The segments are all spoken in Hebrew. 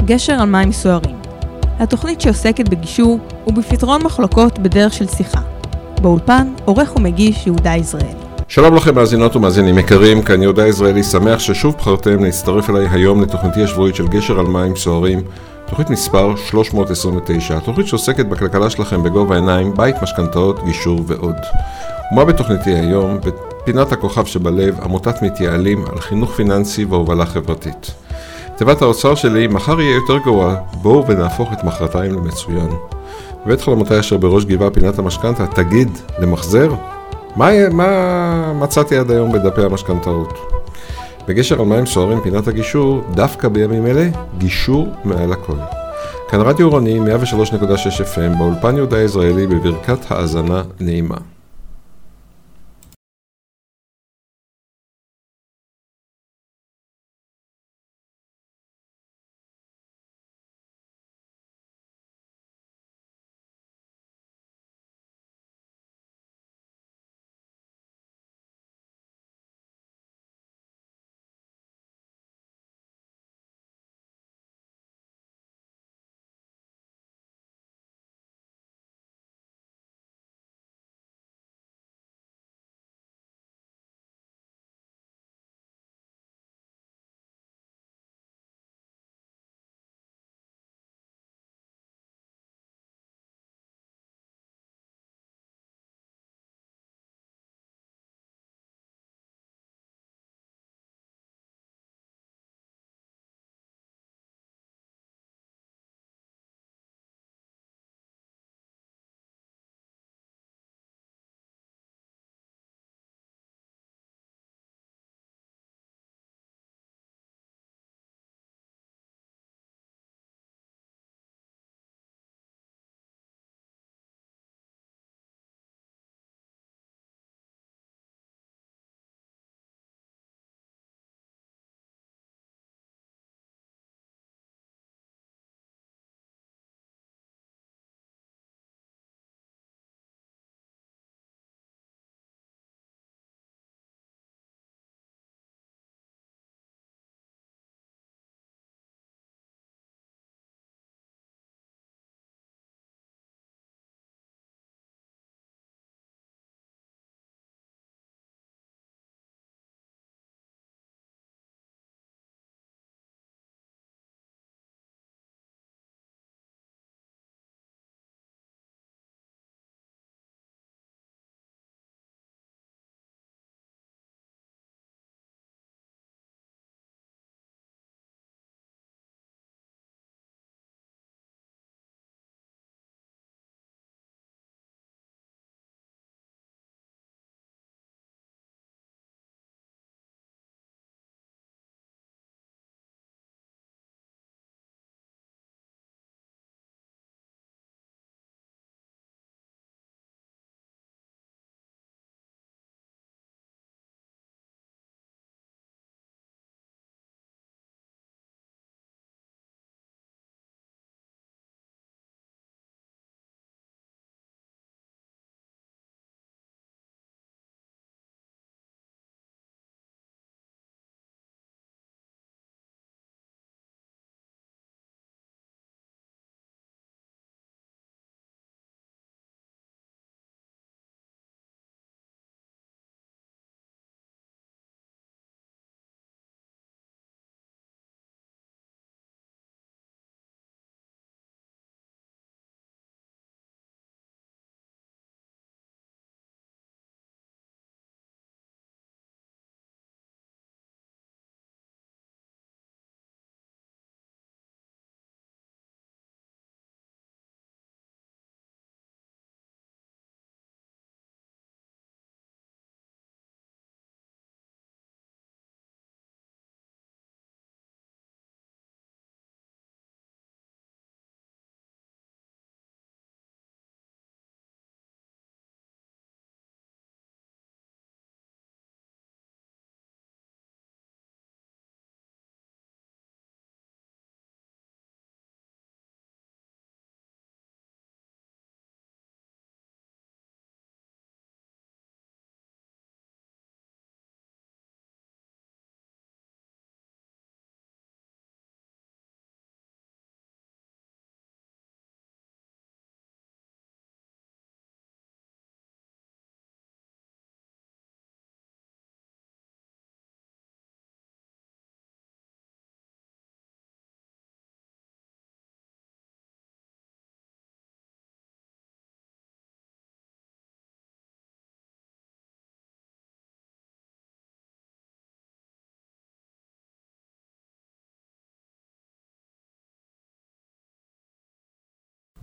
גשר על מים סוערים. התוכנית שעוסקת בגישור ובפתרון מחלוקות בדרך של שיחה. באולפן, עורך ומגיש יהודה יזרעאלי. שלום לכם מאזינות ומאזינים יקרים, כאן יהודה יזרעאלי, שמח ששוב בחרתם להצטרף אליי היום לתוכניתי השבועית של גשר על מים סוערים, תוכנית מספר 329, התוכנית שעוסקת בכלכלה שלכם בגובה העיניים, בית, משכנתאות, גישור ועוד. ומה בתוכניתי היום? בפינת הכוכב שבלב, עמותת מתייעלים על חינוך פיננסי והובלה חברתית. תיבת האוצר שלי, מחר יהיה יותר גרוע, בואו ונהפוך את מחרתיים למצוין. בבית חלומותיי אשר בראש גבעה פינת המשכנתה, תגיד, למחזר? מה מצאתי עד היום בדפי המשכנתאות? בגשר על מים סוערים פינת הגישור, דווקא בימים אלה, גישור מעל הכל. כאן רדיו רוני 103.6 FM, באולפן יהודה יזרעאלי, בברכת האזנה נעימה.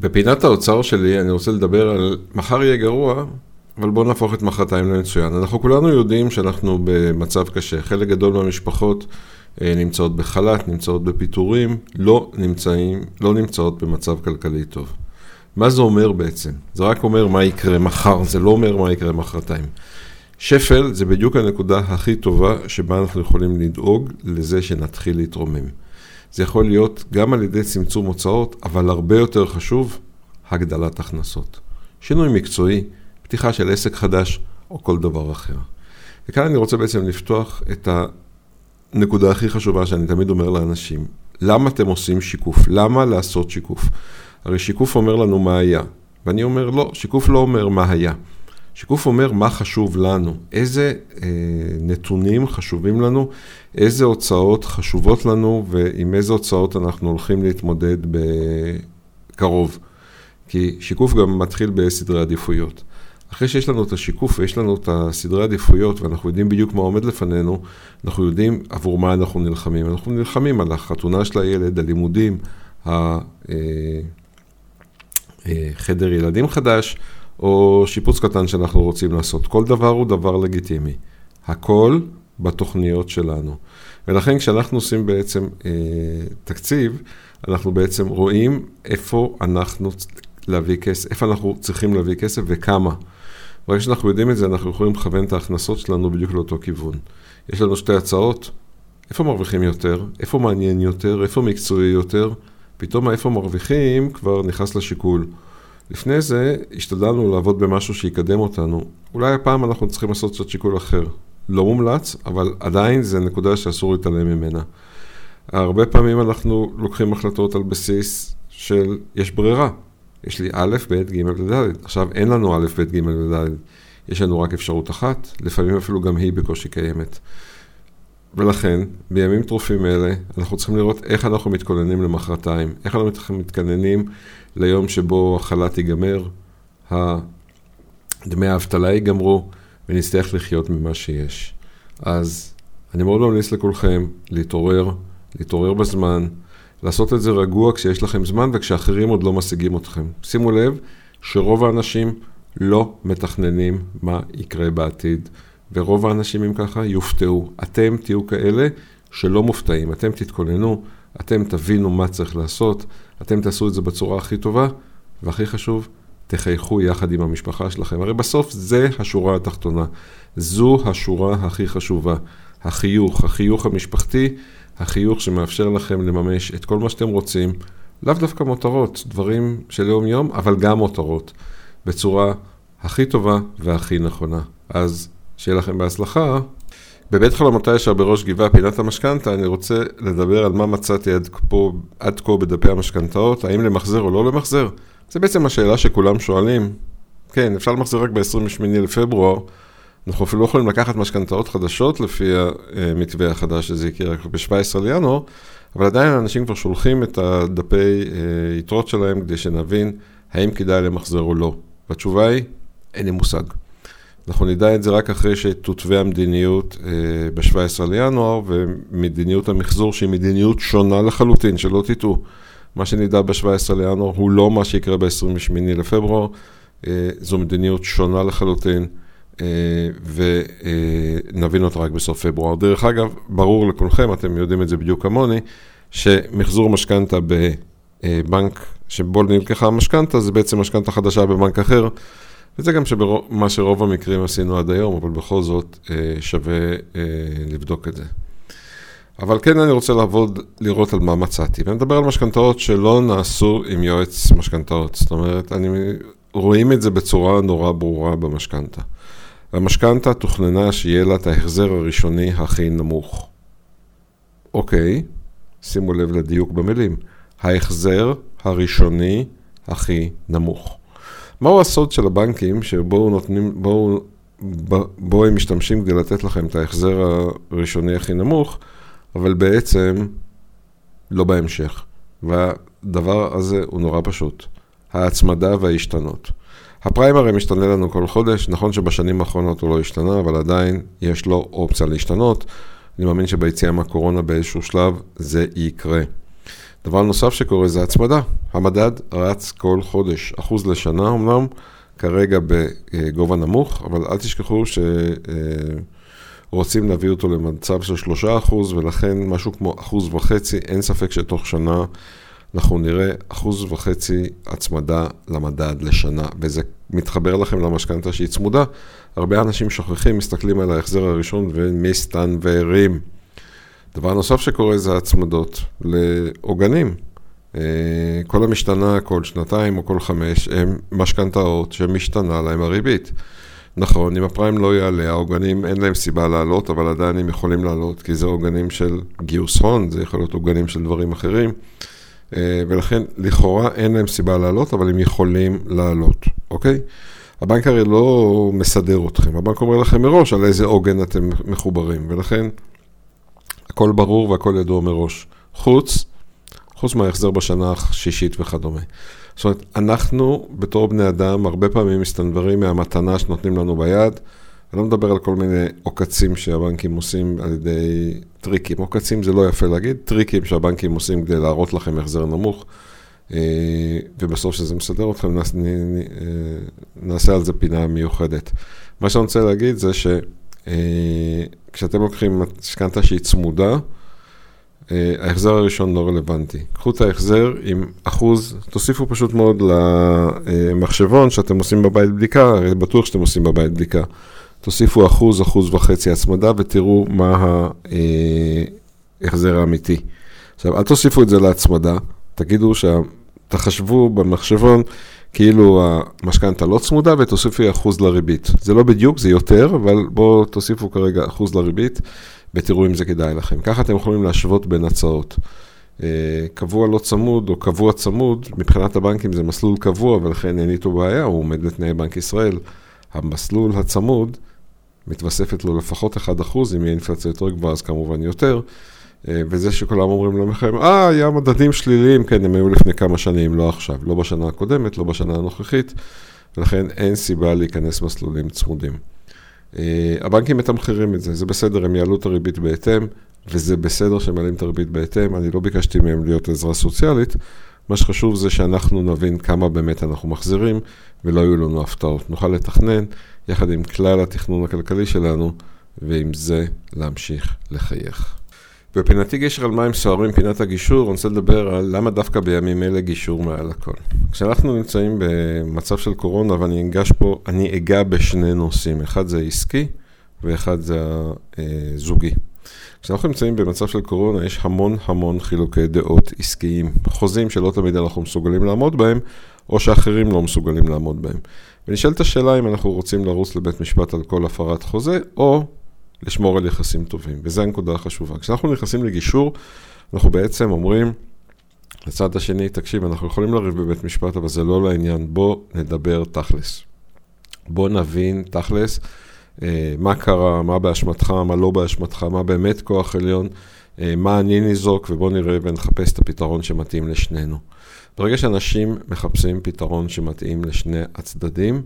בפינת האוצר שלי אני רוצה לדבר על מחר יהיה גרוע, אבל בואו נהפוך את מחרתיים למצוין. אנחנו כולנו יודעים שאנחנו במצב קשה. חלק גדול מהמשפחות נמצאות בחל"ת, נמצאות בפיטורים, לא נמצאות במצב כלכלי טוב. מה זה אומר בעצם? זה רק אומר מה יקרה מחר, זה לא אומר מה יקרה מחרתיים. שפל זה בדיוק הנקודה הכי טובה שבה אנחנו יכולים לדאוג לזה שנתחיל להתרומם. זה יכול להיות גם על ידי צמצום הוצאות, אבל הרבה יותר חשוב, הגדלת הכנסות. שינוי מקצועי, פתיחה של עסק חדש או כל דבר אחר. וכאן אני רוצה בעצם לפתוח את הנקודה הכי חשובה שאני תמיד אומר לאנשים. למה אתם עושים שיקוף? למה לעשות שיקוף? הרי שיקוף אומר לנו מה היה. ואני אומר לא, שיקוף לא אומר מה היה. שיקוף אומר מה חשוב לנו, איזה נתונים חשובים לנו, איזה הוצאות חשובות לנו, ועם איזה הוצאות אנחנו הולכים להתמודד בקרוב. כי שיקוף גם מתחיל בסדרי עדיפויות. אחרי שיש לנו את השיקוף ויש לנו את הסדרי עדיפויות, ואנחנו יודעים בדיוק מה עומד לפנינו, אנחנו יודעים עבור מה אנחנו נלחמים. אנחנו נלחמים על החתונה של הילד, הלימודים, חדר ילדים חדש, או שיפוץ קטן שאנחנו רוצים לעשות. כל דבר הוא דבר לגיטימי. הכל בתוכניות שלנו. ולכן כשאנחנו עושים בעצם תקציב, אנחנו בעצם רואים איפה אנחנו צריכים להביא כסף וכמה. ברגע שאנחנו יודעים את זה, אנחנו יכולים לכוון את ההכנסות שלנו בדיוק לאותו כיוון. יש לנו שתי הצעות, איפה מרוויחים יותר, איפה מעניין יותר, איפה מקצועי יותר, פתאום איפה מרוויחים כבר נכנס לשיקול. לפני זה השתדלנו לעבוד במשהו שיקדם אותנו. אולי הפעם אנחנו צריכים לעשות קצת שיקול אחר. לא מומלץ, אבל עדיין זה נקודה שאסור להתעלם ממנה. הרבה פעמים אנחנו לוקחים החלטות על בסיס של יש ברירה. יש לי א', ב', ג' וד'. עכשיו אין לנו א', ב', ג' וד'. יש לנו רק אפשרות אחת, לפעמים אפילו גם היא בקושי קיימת. ולכן, בימים טרופים אלה, אנחנו צריכים לראות איך אנחנו מתכוננים למחרתיים, איך אנחנו מתכוננים ליום שבו החל"ת ייגמר, דמי האבטלה ייגמרו, ונצטרך לחיות ממה שיש. אז אני מאוד ממליץ לכולכם להתעורר בזמן, לעשות את זה רגוע כשיש לכם זמן וכשאחרים עוד לא משיגים אתכם. שימו לב שרוב האנשים לא מתכננים מה יקרה בעתיד. ורוב האנשים אם ככה יופתעו. אתם תהיו כאלה שלא מופתעים. אתם תתכוננו, אתם תבינו מה צריך לעשות, אתם תעשו את זה בצורה הכי טובה, והכי חשוב, תחייכו יחד עם המשפחה שלכם. הרי בסוף זה השורה התחתונה. זו השורה הכי חשובה. החיוך המשפחתי, החיוך שמאפשר לכם לממש את כל מה שאתם רוצים, לאו דווקא מותרות, דברים של יום יום, אבל גם מותרות, בצורה הכי טובה והכי נכונה. אז שיהיה לכם בהצלחה. בבית חלומותיי אשר בראש גבעה, פינת המשכנתה, אני רוצה לדבר על מה מצאתי עד כה בדפי המשכנתאות, האם למחזר או לא למחזר. זה בעצם השאלה שכולם שואלים. כן, אפשר למחזר רק ב-28 לפברואר, אנחנו אפילו לא יכולים לקחת משכנתאות חדשות לפי המתווה החדש שזה יקרה רק ב-17 לינואר, אבל עדיין האנשים כבר שולחים את הדפי יתרות שלהם כדי שנבין האם כדאי למחזר או לא. והתשובה היא, אין לי מושג. אנחנו נדע את זה רק אחרי שתותווה המדיניות ב-17 לינואר, ומדיניות המחזור שהיא מדיניות שונה לחלוטין, שלא תטעו. מה שנדע ב-17 לינואר הוא לא מה שיקרה ב-28 לפברואר, זו מדיניות שונה לחלוטין, ונבין אותה רק בסוף פברואר. דרך אגב, ברור לכולכם, אתם יודעים את זה בדיוק כמוני, שמחזור משכנתה בבנק שבו נלקחה המשכנתה, זה בעצם משכנתה חדשה בבנק אחר, וזה גם מה שרוב המקרים עשינו עד היום, אבל בכל זאת שווה לבדוק את זה. אבל כן אני רוצה לראות על מה מצאתי, ואני מדבר על משכנתאות שלא נעשו עם יועץ משכנתאות, זאת אומרת, רואים את זה בצורה נורא ברורה במשכנתה. המשכנתה תוכננה שיהיה לה את ההחזר הראשוני הכי נמוך. אוקיי, שימו לב לדיוק במילים. ההחזר הראשוני הכי נמוך. מהו הסוד של הבנקים שבו הם משתמשים כדי לתת לכם את ההחזר הראשוני הכי נמוך, אבל בעצם לא בהמשך. והדבר הזה הוא נורא פשוט. ההצמדה וההשתנות. הפריים הרי משתנה לנו כל חודש, נכון שבשנים האחרונות הוא לא השתנה, אבל עדיין יש לו אופציה להשתנות. אני מאמין שביציאה מהקורונה באיזשהו שלב זה יקרה. דבר נוסף שקורה זה הצמדה. המדד רץ כל חודש, 1% לשנה אומנם, כרגע בגובה נמוך, אבל אל תשכחו שרוצים להביא אותו למצב של 3%, ולכן משהו כמו 1.5%, אין ספק שתוך שנה אנחנו נראה 1.5% הצמדה למדד לשנה, וזה מתחבר לכם למשכנתה שהיא צמודה. הרבה אנשים שוכחים, מסתכלים על ההחזר הראשון ומסתנוורים. דבר נוסף שקורה זה הצמדות לעוגנים. כל המשתנה, כל שנתיים או כל 5, הם משכנתאות שמשתנה להם הריבית. נכון, אם הפריים לא יעלה, העוגנים אין להם סיבה לעלות, אבל עדיין הם יכולים לעלות, כי זה עוגנים של גיוס הון, זה יכול להיות עוגנים של דברים אחרים, ולכן לכאורה אין להם סיבה לעלות, אבל הם יכולים לעלות, אוקיי? הבנק הרי לא מסדר אתכם, הבנק אומר לכם מראש על איזה עוגן אתם מחוברים, ולכן הכל ברור והכל ידוע מראש, חוץ מההחזר בשנה השישית וכדומה. זאת אומרת, אנחנו בתור בני אדם הרבה פעמים מסתנוורים מהמתנה שנותנים לנו ביד, אני לא מדבר על כל מיני עוקצים שהבנקים עושים על ידי טריקים. עוקצים זה לא יפה להגיד, טריקים שהבנקים עושים כדי להראות לכם החזר נמוך, ובסוף שזה מסדר אתכם, נעשה על זה פינה מיוחדת. מה שאני רוצה להגיד זה שכשאתם לוקחים משכנתה שהיא צמודה, ההחזר הראשון לא רלוונטי. קחו את ההחזר עם 1%, תוסיפו פשוט מאוד למחשבון שאתם עושים בבית בדיקה, הרי בטוח שאתם עושים בבית בדיקה. תוסיפו 1.5% הצמדה ותראו מה ההחזר האמיתי. עכשיו, אל תוסיפו את זה להצמדה, תחשבו במחשבון כאילו המשכנתה לא צמודה ותוסיפו 1% לריבית. זה לא בדיוק, זה יותר, אבל בואו תוסיפו כרגע 1% לריבית ותראו אם זה כדאי לכם. ככה אתם יכולים להשוות בין הצעות. קבוע לא צמוד או קבוע צמוד, מבחינת הבנקים זה מסלול קבוע ולכן אין איתו בעיה, הוא עומד לתנאי בנק ישראל. המסלול הצמוד מתווספת לו לפחות 1%, אם יהיה אינפלציה יותר גבוהה אז כמובן יותר, וזה שכולם אומרים לכם, היה מדדים שליליים, כן, הם היו לפני כמה שנים, לא עכשיו, לא בשנה הקודמת, לא בשנה הנוכחית, ולכן אין סיבה להיכנס מסלולים צמודים. הבנקים מתמחרים את זה, זה בסדר, הם יעלו את הריבית בהתאם, וזה בסדר שהם מעלים את הריבית בהתאם, אני לא ביקשתי מהם להיות עזרה סוציאלית, מה שחשוב זה שאנחנו נבין כמה באמת אנחנו מחזירים, ולא יהיו לנו הפתעות. נוכל לתכנן יחד עם כלל התכנון הכלכלי שלנו, ועם זה להמשיך לחייך. בפינתי גשר על מים סוערים, פינת הגישור, אני רוצה לדבר על למה דווקא בימים אלה גישור מעל הכל. כשאנחנו נמצאים במצב של קורונה, ואני אגע בשני נושאים, אחד זה עסקי, ואחד זה זוגי. כשאנחנו נמצאים במצב של קורונה, יש המון חילוקי דעות עסקיים, חוזים שלא תמיד אנחנו מסוגלים לעמוד בהם, או שאחרים לא מסוגלים לעמוד בהם. ונשאלת השאלה אם אנחנו רוצים לרוץ לבית משפט על כל הפרת חוזה, או לשמור על יחסים טובים. וזו הנקודה החשובה. כשאנחנו נכנסים לגישור, אנחנו בעצם אומרים, לצד השני, תקשיב, אנחנו יכולים לריב בבית משפט, אבל זה לא לעניין, בוא נדבר תכלס. בוא נבין תכלס, מה קרה, מה באשמתך, מה לא באשמתך, מה באמת כוח עליון, מה אני ניזוק, ובוא נראה ונחפש את הפתרון שמתאים לשנינו. ברגע שאנשים מחפשים פתרון שמתאים לשני הצדדים,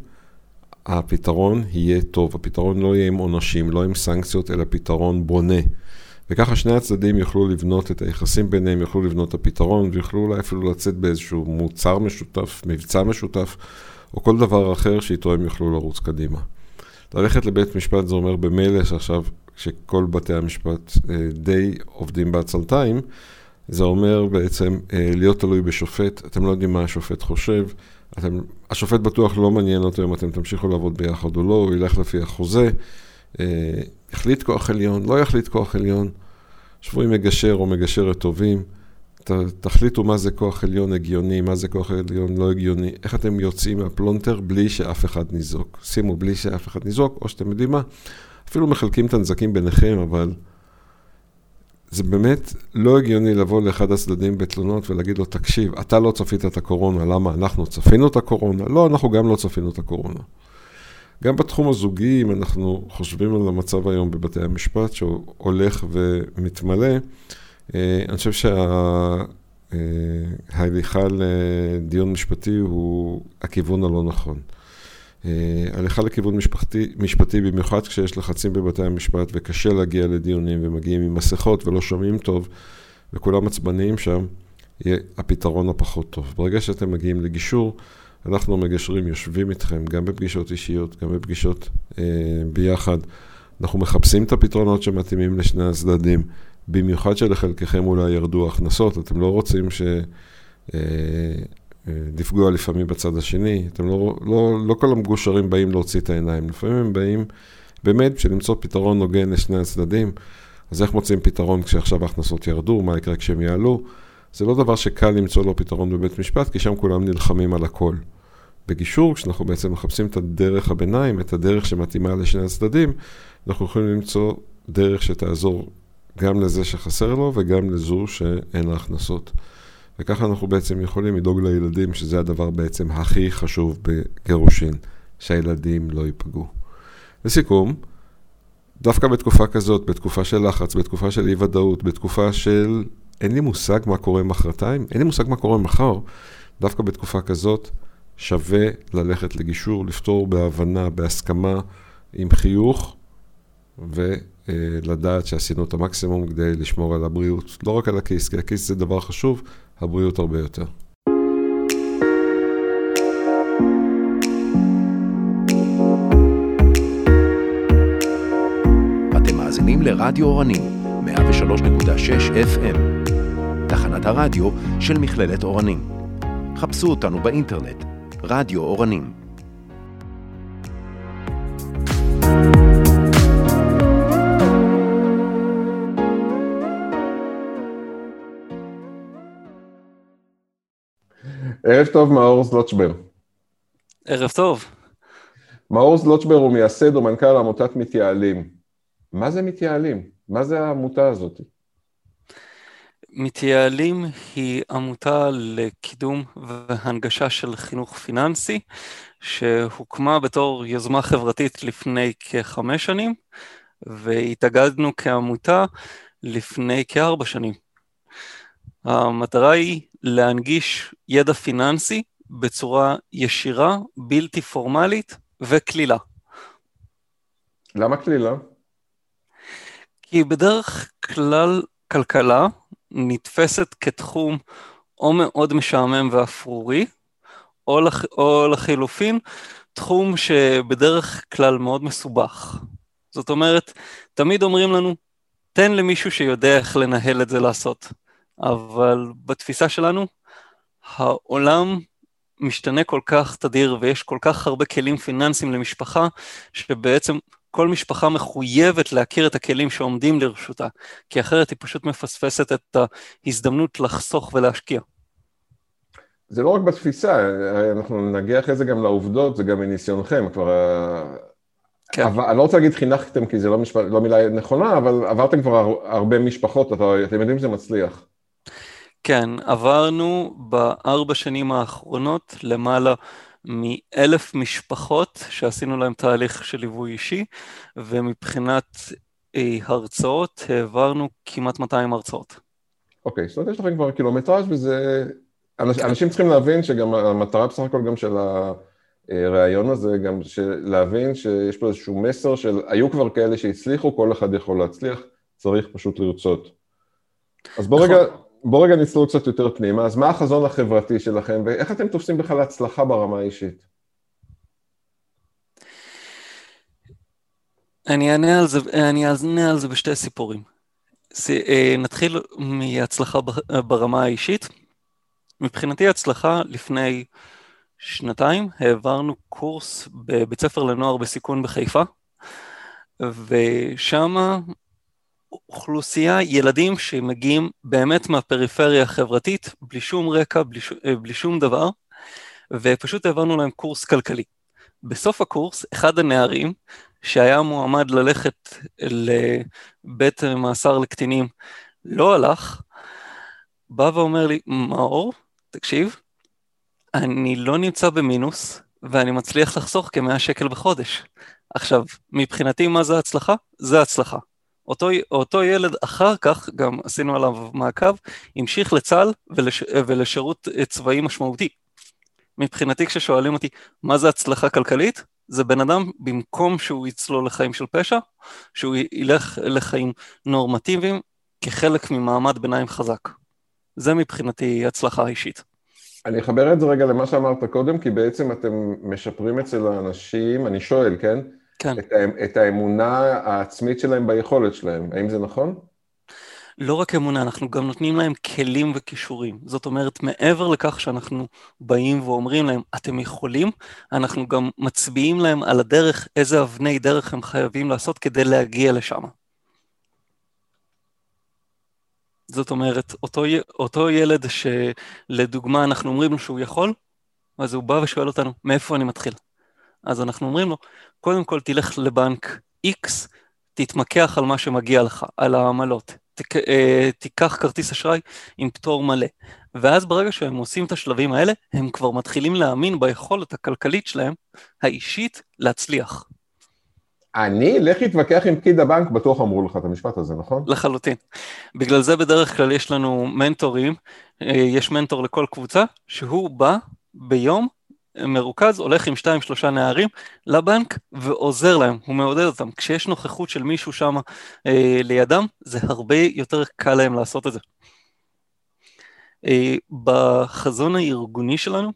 הפתרון יהיה טוב. הפתרון לא יהיה עם עונשים, לא עם סנקציות, אלא פתרון בונה. וככה שני הצדדים יוכלו לבנות את היחסים ביניהם, יוכלו לבנות את הפתרון, ויוכלו אולי אפילו לצאת באיזשהו מוצר משותף, מבצע משותף, או כל דבר אחר שאיתו הם יוכלו לרוץ קדימה. ללכת לבית משפט זה אומר במילא שעכשיו, כשכל בתי המשפט די עובדים בעצלתיים, זה אומר בעצם להיות תלוי בשופט. אתם לא יודעים מה השופט חושב, השופט בטוח לא מעניין אותו אם אתם תמשיכו לעבוד ביחד או לא, הוא ילך לפי החוזה, יחליט כוח עליון, לא יחליט כוח עליון, שבו עם מגשר או מגשרת טובים, תחליטו מה זה כוח עליון הגיוני, מה זה כוח עליון לא הגיוני, איך אתם יוצאים מהפלונטר בלי שאף אחד ניזוק. שימו בלי שאף אחד ניזוק, או שאתם יודעים מה, אפילו מחלקים את הנזקים ביניכם, אבל זה באמת לא הגיוני לבוא לאחד הצדדים בתלונות ולהגיד לו, תקשיב, אתה לא צפית את הקורונה, למה? אנחנו צפינו את הקורונה? לא, אנחנו גם לא צפינו את הקורונה. גם בתחום הזוגי, אם אנחנו חושבים על המצב היום בבתי המשפט, שהוא הולך ומתמלא, אני חושב שההליכה לדיון משפטי הוא הכיוון הלא נכון. הליכה לכיוון משפטי במיוחד כשיש לחצים בבתי המשפט וקשה להגיע לדיונים ומגיעים עם מסכות ולא שומעים טוב וכולם עצבניים שם, יהיה הפתרון הפחות טוב. ברגע שאתם מגיעים לגישור, אנחנו מגשרים, יושבים איתכם, גם בפגישות אישיות, גם בפגישות ביחד. אנחנו מחפשים את הפתרונות שמתאימים לשני הצדדים, במיוחד שלחלקכם אולי ירדו הכנסות, אתם לא רוצים לפגוע לפעמים בצד השני, אתם לא כל המגושרים באים להוציא את העיניים, לפעמים הם באים באמת בשביל למצוא פתרון נוגן לשני הצדדים. אז איך מוצאים פתרון כשעכשיו ההכנסות ירדו, מה יקרה כשהם יעלו? זה לא דבר שקל למצוא לו פתרון בבית משפט, כי שם כולם נלחמים על הכל. בגישור, כשאנחנו בעצם מחפשים את הדרך הביניים, את הדרך שמתאימה לשני הצדדים, אנחנו יכולים למצוא דרך שתעזור גם לזה שחסר לו וגם לזו שאין לה הכנסות. וככה אנחנו בעצם יכולים לדאוג לילדים, שזה הדבר בעצם הכי חשוב בגירושין, שהילדים לא ייפגעו. לסיכום, דווקא בתקופה כזאת, בתקופה של לחץ, בתקופה של אי-ודאות, בתקופה של אין לי מושג מה קורה מחרתיים, אין לי מושג מה קורה מחר, דווקא בתקופה כזאת שווה ללכת לגישור, לפתור בהבנה, בהסכמה, עם חיוך, ולדעת שעשינו את המקסימום כדי לשמור על הבריאות. לא רק על הכיס, כי הכיס זה דבר חשוב, הבריאות הרבה יותר. אתם מאזינים לרדיו אורנים, 103.6 FM, תחנת הרדיו של מכללת אורנים. חפשו אותנו באינטרנט, רדיו אורנים. ערב טוב, מאור זלוטשבר. ערב טוב. מאור זלוטשבר הוא מייסד ומנכ"ל עמותת מתייעלים. מה זה מתייעלים? מה זה העמותה הזאת? מתייעלים היא עמותה לקידום והנגשה של חינוך פיננסי, שהוקמה בתור יוזמה חברתית לפני כ5 שנים, והתאגדנו כעמותה לפני כ4 שנים. המטרה היא להנגיש ידע פיננסי בצורה ישירה, בלתי פורמלית וכלילה. למה כלילה? כי בדרך כלל כלכלה נתפסת כתחום או מאוד משעמם ואפרורי, או לחילופין, תחום שבדרך כלל מאוד מסובך. זאת אומרת, תמיד אומרים לנו, תן למישהו שיודע איך לנהל את זה לעשות. אבל בתפיסה שלנו, העולם משתנה כל כך תדיר, ויש כל כך הרבה כלים פיננסיים למשפחה, שבעצם כל משפחה מחויבת להכיר את הכלים שעומדים לרשותה, כי אחרת היא פשוט מפספסת את ההזדמנות לחסוך ולהשקיע. זה לא רק בתפיסה, אנחנו נגיע אחרי זה גם לעובדות, זה גם מניסיונכם, כבר... כן. אני לא רוצה להגיד חינכתם, כי זה לא מילה נכונה, אבל עברתם כבר הרבה משפחות, אתם יודעים שזה מצליח. כן, עברנו ב4 שנים האחרונות למעלה מ1,000 משפחות שעשינו להם תהליך של ליווי אישי, ומבחינת הרצאות העברנו כמעט 200 הרצאות. אוקיי, זאת אומרת, יש לכם כבר קילומטראז' וזה... אנשים צריכים להבין שגם המטרה בסך הכל גם של הרעיון הזה, גם להבין שיש פה איזשהו מסר של היו כבר כאלה שהצליחו, כל אחד יכול להצליח, צריך פשוט לרצות. אז בוא רגע נצלול קצת יותר פנימה, אז מה החזון החברתי שלכם, ואיך אתם תופסים בכלל הצלחה ברמה האישית? אני אענה על זה בשתי סיפורים. נתחיל מהצלחה ברמה האישית. מבחינתי הצלחה לפני 2 העברנו קורס בבית ספר לנוער בסיכון בחיפה, ושם אוכלוסייה, ילדים שמגיעים באמת מהפריפריה החברתית, בלי שום רקע, בלי שום דבר, ופשוט העברנו להם קורס כלכלי. בסוף הקורס, אחד הנערים, שהיה מועמד ללכת לבית מאסר לקטינים, לא הלך, בא ואומר לי, מאור, תקשיב, אני לא נמצא במינוס, ואני מצליח לחסוך כ100 שקל בחודש. עכשיו, מבחינתי מה זה הצלחה? זה הצלחה. אותו ילד אחר כך, גם עשינו עליו מעקב, המשיך לצה"ל ולשירות צבאי משמעותי. מבחינתי כששואלים אותי מה זה הצלחה כלכלית, זה בן אדם במקום שהוא יצלול לחיים של פשע, שהוא ילך לחיים נורמטיביים כחלק ממעמד ביניים חזק. זה מבחינתי הצלחה אישית. אני אחבר את זה רגע למה שאמרת קודם, כי בעצם אתם משפרים אצל האנשים, אני שואל, כן? כן. את האמונה העצמית שלהם ביכולת שלהם, האם זה נכון? לא רק אמונה, אנחנו גם נותנים להם כלים וכישורים. זאת אומרת, מעבר לכך שאנחנו באים ואומרים להם, אתם יכולים, אנחנו גם מצביעים להם על הדרך, איזה אבני דרך הם חייבים לעשות כדי להגיע לשם. זאת אומרת, אותו ילד שלדוגמה אנחנו אומרים לו שהוא יכול, אז הוא בא ושואל אותנו, מאיפה אני מתחיל? אז אנחנו אומרים לו, קודם כל תלך לבנק X, תתמקח על מה שמגיע לך, על העמלות. תיקח כרטיס אשראי עם פטור מלא. ואז ברגע שהם עושים את השלבים האלה, הם כבר מתחילים להאמין ביכולת הכלכלית שלהם, האישית, להצליח. לך להתווכח עם פקיד הבנק, בטוח אמרו לך את המשפט הזה, נכון? לחלוטין. בגלל זה בדרך כלל יש לנו מנטורים, יש מנטור לכל קבוצה, שהוא בא ביום מרוכז, הולך עם 2-3 נערים לבנק ועוזר להם, הוא מעודד אותם. כשיש נוכחות של מישהו שם לידם, זה הרבה יותר קל להם לעשות את זה. בחזון הארגוני שלנו,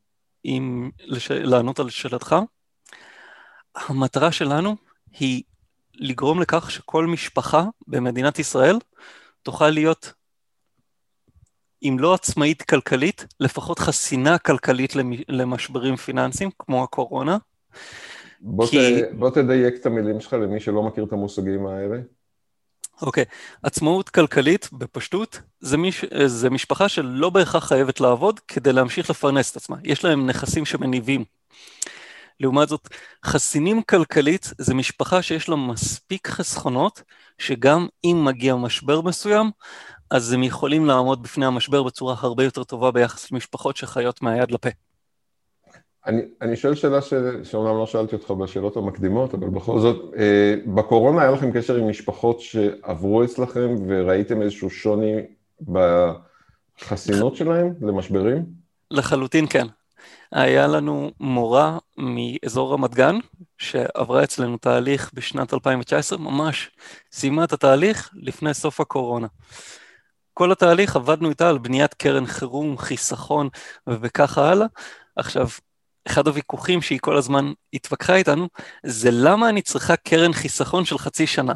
לענות על שאלתך, המטרה שלנו היא לגרום לכך שכל משפחה במדינת ישראל תוכל להיות, אם לא עצמאית כלכלית, לפחות חסינה כלכלית למשברים פיננסיים, כמו הקורונה. בוא תדייק את המילים שלך למי שלא מכיר את המושגים האלה. אוקיי, עצמאות כלכלית בפשטות, זה משפחה שלא בהכרח חייבת לעבוד כדי להמשיך לפרנס את עצמה. יש להם נכסים שמניבים. לעומת זאת, חסינים כלכלית זה משפחה שיש לה מספיק חסכונות, שגם אם מגיע משבר מסוים, אז הם יכולים לעמוד בפני המשבר בצורה הרבה יותר טובה ביחס למשפחות שחיות מהיד לפה. אני שואל שאלה שאומנם לא שאלתי אותך בשאלות המקדימות, אבל בכל זאת, בקורונה היה לכם קשר עם משפחות שעברו אצלכם, וראיתם איזשהו שוני בחסינות שלהם למשברים? לחלוטין כן. היה לנו מורה מאזור רמת גן, שעברה אצלנו תהליך בשנת 2019, ממש סיימה את התהליך לפני סוף הקורונה. כל התהליך עבדנו איתה על בניית קרן חירום, חיסכון וככה הלאה. עכשיו, אחד הוויכוחים שהיא כל הזמן התווכחה איתנו, זה למה אני צריכה קרן חיסכון של חצי שנה.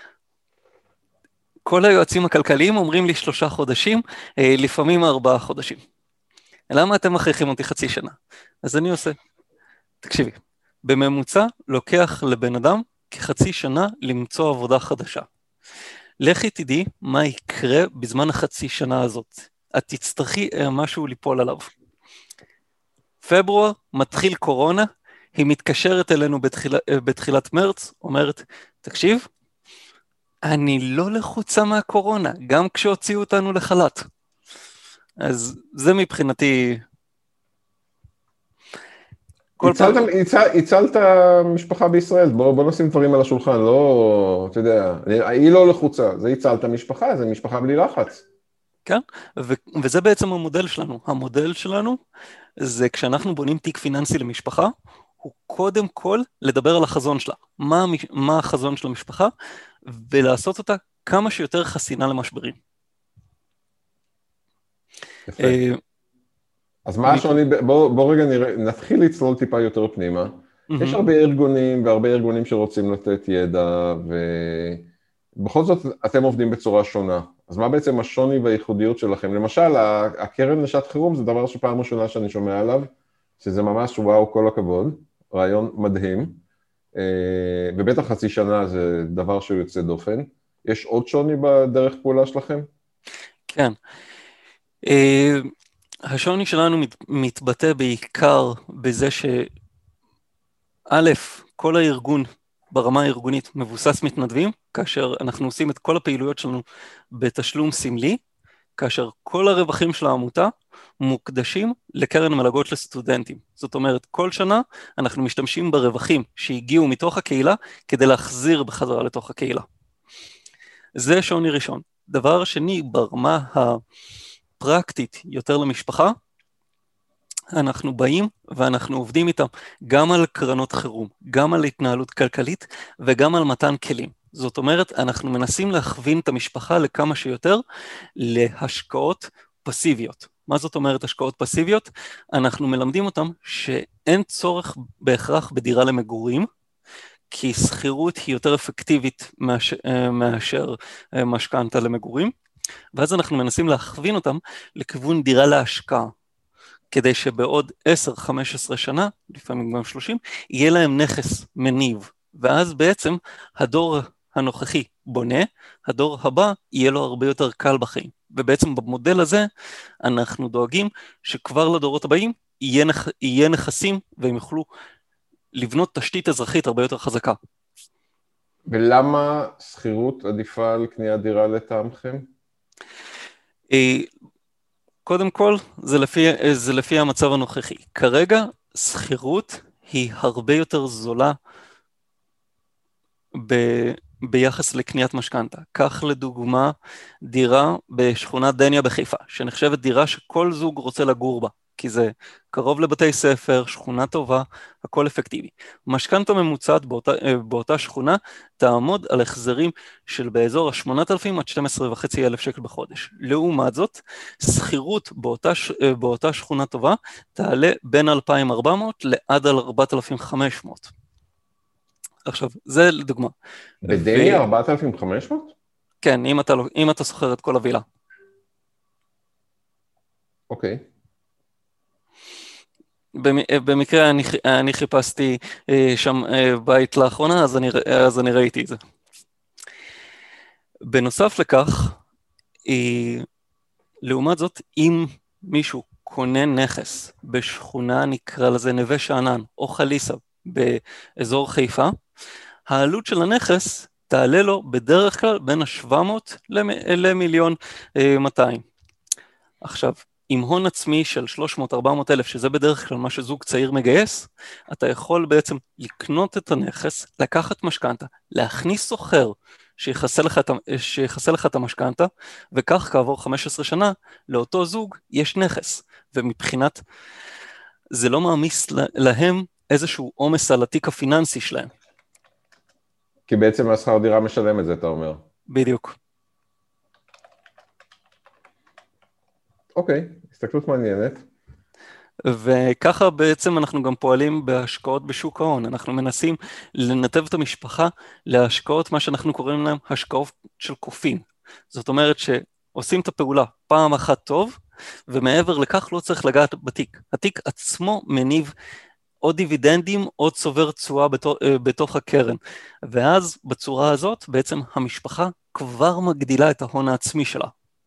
כל היועצים הכלכליים אומרים לי 3 חודשים, לפעמים 4 חודשים. למה אתם מכריחים אותי חצי שנה? אז אני עושה, תקשיבי, בממוצע לוקח לבן אדם כחצי שנה למצוא עבודה חדשה. לכי תדעי מה יקרה בזמן החצי שנה הזאת. את תצטרכי משהו ליפול עליו. פברואר, מתחיל קורונה, היא מתקשרת אלינו בתחילת מרץ, אומרת, תקשיב, אני לא לחוצה מהקורונה, גם כשהוציאו אותנו לחל"ת. אז זה מבחינתי... הצלת משפחה בישראל, בוא נשים דברים על השולחן, לא, אתה יודע, היא לא לחוצה, זה הצלת משפחה, זה משפחה בלי לחץ. כן, וזה בעצם המודל שלנו. המודל שלנו זה כשאנחנו בונים תיק פיננסי למשפחה, הוא קודם כל לדבר על החזון שלה, מה החזון של המשפחה, ולעשות אותה כמה שיותר חסינה למשברים. יפה. אז מה השוני, בוא רגע נתחיל לצלול טיפה יותר פנימה. יש הרבה ארגונים והרבה ארגונים שרוצים לתת ידע, ובכל זאת אתם עובדים בצורה שונה. אז מה בעצם השוני והייחודיות שלכם? למשל, הקרן לשעת חירום זה דבר שפעם ראשונה שאני שומע עליו, שזה ממש וואו, כל הכבוד, רעיון מדהים, ובטח חצי שנה זה דבר שהוא יוצא דופן. יש עוד שוני בדרך פעולה שלכם? כן. השוני שלנו מתבטא בעיקר בזה שא', כל הארגון ברמה הארגונית מבוסס מתנדבים, כאשר אנחנו עושים את כל הפעילויות שלנו בתשלום סמלי, כאשר כל הרווחים של העמותה מוקדשים לקרן מלגות לסטודנטים. זאת אומרת, כל שנה אנחנו משתמשים ברווחים שהגיעו מתוך הקהילה כדי להחזיר בחזרה לתוך הקהילה. זה שוני ראשון. דבר שני, ברמה הפרקטית יותר למשפחה, אנחנו באים ואנחנו עובדים איתם גם על קרנות חירום, גם על התנהלות כלכלית וגם על מתן כלים. זאת אומרת, אנחנו מנסים להכווין את המשפחה לכמה שיותר להשקעות פסיביות. מה זאת אומרת השקעות פסיביות? אנחנו מלמדים אותם שאין צורך בהכרח בדירה למגורים, כי שכירות היא יותר אפקטיבית מאשר משכנתה למגורים, ואז אנחנו מנסים להכווין אותם לכיוון דירה להשקעה, כדי שבעוד 10-15 שנה, לפעמים גם 30, יהיה להם נכס מניב, ואז בעצם הדור הנוכחי בונה, הדור הבא יהיה לו הרבה יותר קל בחיים, ובעצם במודל הזה אנחנו דואגים שכבר לדורות הבאים יהיה נכסים, והם יוכלו לבנות תשתית אזרחית הרבה יותר חזקה. ולמה שכירות עדיפה על קניית דירה לטעמכם? קודם כל, זה לפי המצב הנוכחי. כרגע, שכירות היא הרבה יותר זולה ביחס לקניית משכנתה. כך לדוגמה, דירה בשכונת דניה בחיפה, שנחשבת דירה שכל זוג רוצה לגור בה, כי זה קרוב לבתי ספר, שכונה טובה, הכל אפקטיבי. משכנתה ממוצעת באותה שכונה תעמוד על החזרים של באזור ה-8,000 עד 12,500 שקל בחודש. לעומת זאת, שכירות באותה שכונה טובה תעלה בין 2,400 לעד על 4,500. עכשיו, זה לדוגמה. בדניה 4,500? כן, אם אתה שוכר את כל הווילה. אוקיי. במקרה אני חיפשתי שם בית לאחרונה, אז אני ראיתי את זה. בנוסף לכך, לעומת זאת, אם מישהו קונה נכס בשכונה, נקרא לזה נווה שאנן או חליסה באזור חיפה, העלות של הנכס תעלה לו בדרך כלל בין ה-700 ל-1,200,000. עכשיו, עם הון עצמי של 300-400 אלף, שזה בדרך כלל מה שזוג צעיר מגייס, אתה יכול בעצם לקנות את הנכס, לקחת משכנתה, להכניס סוחר שיחסה לך את המשכנתה, וכך כעבור 15 שנה, לאותו זוג יש נכס, ומבחינת זה לא מעמיס להם איזשהו עומס על התיק הפיננסי שלהם. כי בעצם השכר דירה משלם את זה, אתה אומר. בדיוק. אוקיי, הסתכלות מעניינת. וככה בעצם אנחנו גם פועלים בהשקעות בשוק ההון. אנחנו מנסים לנתב את המשפחה להשקעות, מה שאנחנו קוראים להם השקעות של קופים. זאת אומרת שעושים את הפעולה פעם אחת טוב, ומעבר לכך לא צריך לגעת בתיק. התיק עצמו מניב או דיבידנדים או צובר תשואה בתוך הקרן. ואז בצורה הזאת בעצם המשפחה כבר מגדילה את ההון העצמי שלה.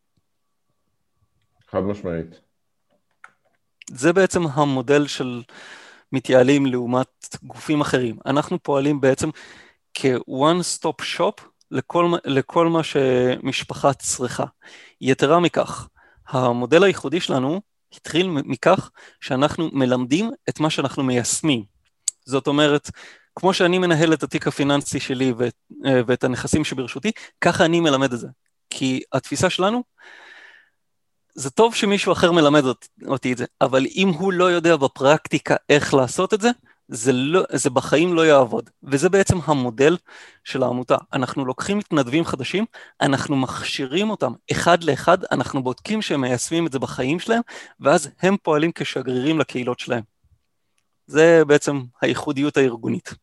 חד משמעית. זה בעצם המודל של מתייעלים לעומת גופים אחרים. אנחנו פועלים בעצם כ-one stop shop לכל מה שמשפחה צריכה. יתרה מכך, המודל הייחודי שלנו התחיל מכך שאנחנו מלמדים את מה שאנחנו מיישמים. זאת אומרת, כמו שאני מנהל את התיק הפיננסי שלי ואת הנכסים שברשותי, ככה אני מלמד את זה. כי התפיסה שלנו, זה טוב שמישהו אחר מלמד אותי את זה, אבל אם הוא לא יודע בפרקטיקה איך לעשות את זה, זה בחיים לא יעבוד. וזה בעצם המודל של העמותה. אנחנו לוקחים מתנדבים חדשים, אנחנו מכשירים אותם אחד לאחד, אנחנו בודקים שהם מיישמים את זה בחיים שלהם, ואז הם פועלים כשגרירים לקהילות שלהם. זה בעצם הייחודיות הארגונית.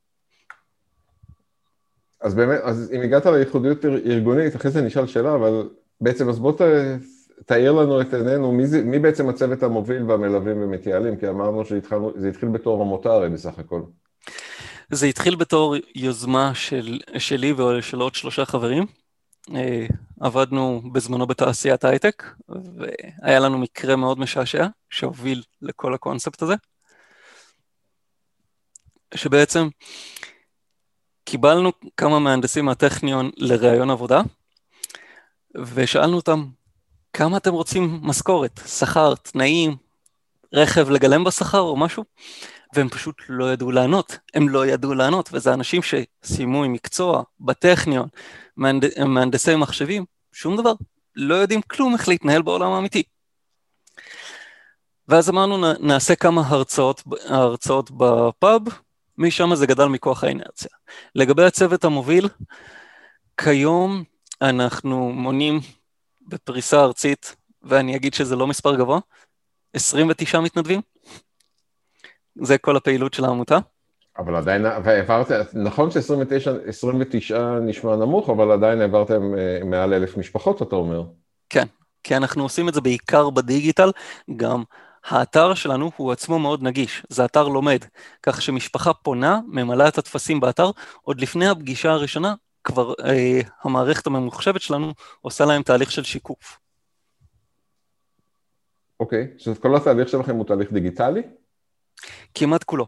אז באמת, אז אם הגעת לייחודיות ארגונית, אחרי זה נשאל שאלה, אבל בעצם אז בוא תאיר לנו את עינינו, מי בעצם הצוות המוביל והמלווים ומתייעלים? כי אמרנו שזה התחיל בתור עמותה הרי בסך הכל. זה התחיל בתור יוזמה שלי ושל עוד 3 חברים. עבדנו בזמנו בתעשיית הייטק, והיה לנו מקרה מאוד משעשע שהוביל לכל הקונספט הזה. שבעצם קיבלנו כמה מהנדסים מהטכניון לראיון עבודה, ושאלנו אותם, כמה אתם רוצים משכורת, שכר, תנאים, רכב לגלם בשכר או משהו? והם פשוט לא ידעו לענות, הם לא ידעו לענות, וזה אנשים שסיימו עם מקצוע, בטכניון, מהנדסי מחשבים, שום דבר, לא יודעים כלום איך להתנהל בעולם האמיתי. ואז אמרנו, נעשה כמה הרצאות בפאב, משם זה גדל מכוח האינרציה. לגבי הצוות המוביל, כיום אנחנו מונים בפריסה ארצית ואני אגיד שזה לא מספר גבוה, 29 מתנדבים. זה כל הפעילות של העמותה. אבל עדיין, נכון ש-29 נשמע נמוך, אבל עדיין העברתם מעל 1,000 משפחות, אתה אומר. כן, כי אנחנו עושים את זה בעיקר בדיגיטל, גם האתר שלנו הוא עצמו מאוד נגיש, זה אתר לומד, כך שמשפחה פונה, ממלאה את הטפסים באתר, עוד לפני הפגישה הראשונה, כבר המערכת הממוחשבת שלנו עושה להם תהליך של שיקוף. אוקיי, אז כל התהליך שלכם הוא תהליך דיגיטלי? כמעט כולו.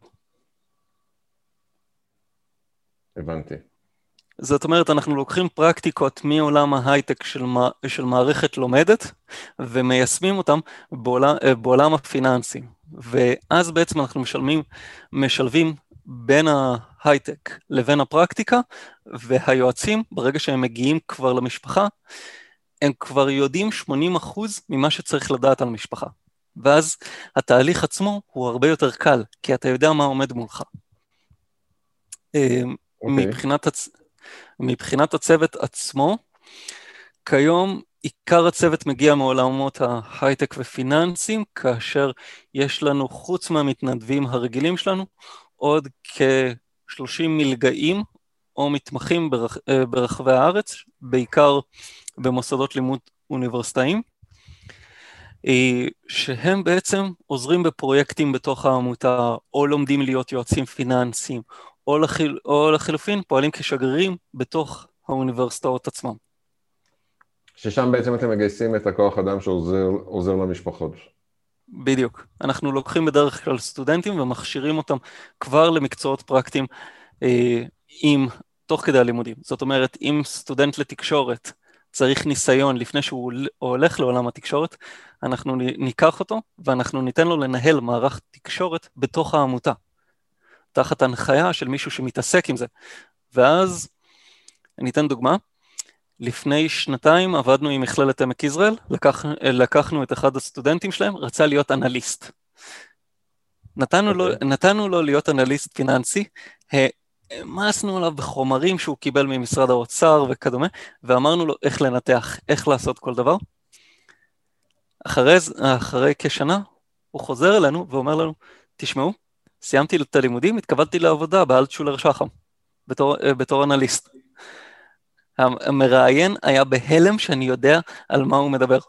הבנתי. זאת אומרת, אנחנו לוקחים פרקטיקות מעולם ההייטק של מערכת לומדת, ומיישמים אותם בעולם הפיננסי. ואז בעצם אנחנו משלבים בין ההייטק לבין הפרקטיקה, והיועצים, ברגע שהם מגיעים כבר למשפחה, הם כבר יודעים 80% ממה שצריך לדעת על משפחה. ואז התהליך עצמו הוא הרבה יותר קל, כי אתה יודע מה עומד מולך. מבחינת הצוות עצמו, כיום עיקר הצוות מגיע מעולמות ההייטק ופיננסים, כאשר יש לנו חוץ מהמתנדבים הרגילים שלנו, עוד כ-30 מלגאים או מתמחים ברחבי הארץ, בעיקר במוסדות לימוד אוניברסיטאיים, שהם בעצם עוזרים בפרויקטים בתוך העמותה, או לומדים להיות יועצים פיננסיים, או לחילופין פועלים כשגרירים בתוך האוניברסיטאות עצמם. ששם בעצם אתם מגייסים את הכוח אדם שעוזר למשפחות. בדיוק. אנחנו לוקחים בדרך כלל סטודנטים ומכשירים אותם כבר למקצועות פרקטיים תוך כדי הלימודים. זאת אומרת, אם סטודנט לתקשורת צריך ניסיון לפני שהוא הולך לעולם התקשורת, אנחנו ניקח אותו ואנחנו ניתן לו לנהל מערך תקשורת בתוך העמותה, תחת הנחיה של מישהו שמתעסק עם זה. ואז, אני אתן דוגמה, לפני 2 עבדנו עם מכללת עמק יזרעאל, לקחנו את אחד הסטודנטים שלהם, רצה להיות אנליסט. נתנו לו להיות אנליסט פיננסי, העמסנו עליו בחומרים שהוא קיבל ממשרד האוצר וכדומה, ואמרנו לו איך לנתח, איך לעשות כל דבר. אחרי כשנה, הוא חוזר אלינו ואומר לנו, תשמעו, סיימתי את הלימודים, התקבלתי לעבודה באלטשולר שחם, בתור אנליסט. המראיין היה בהלם שאני יודע על מה הוא מדבר.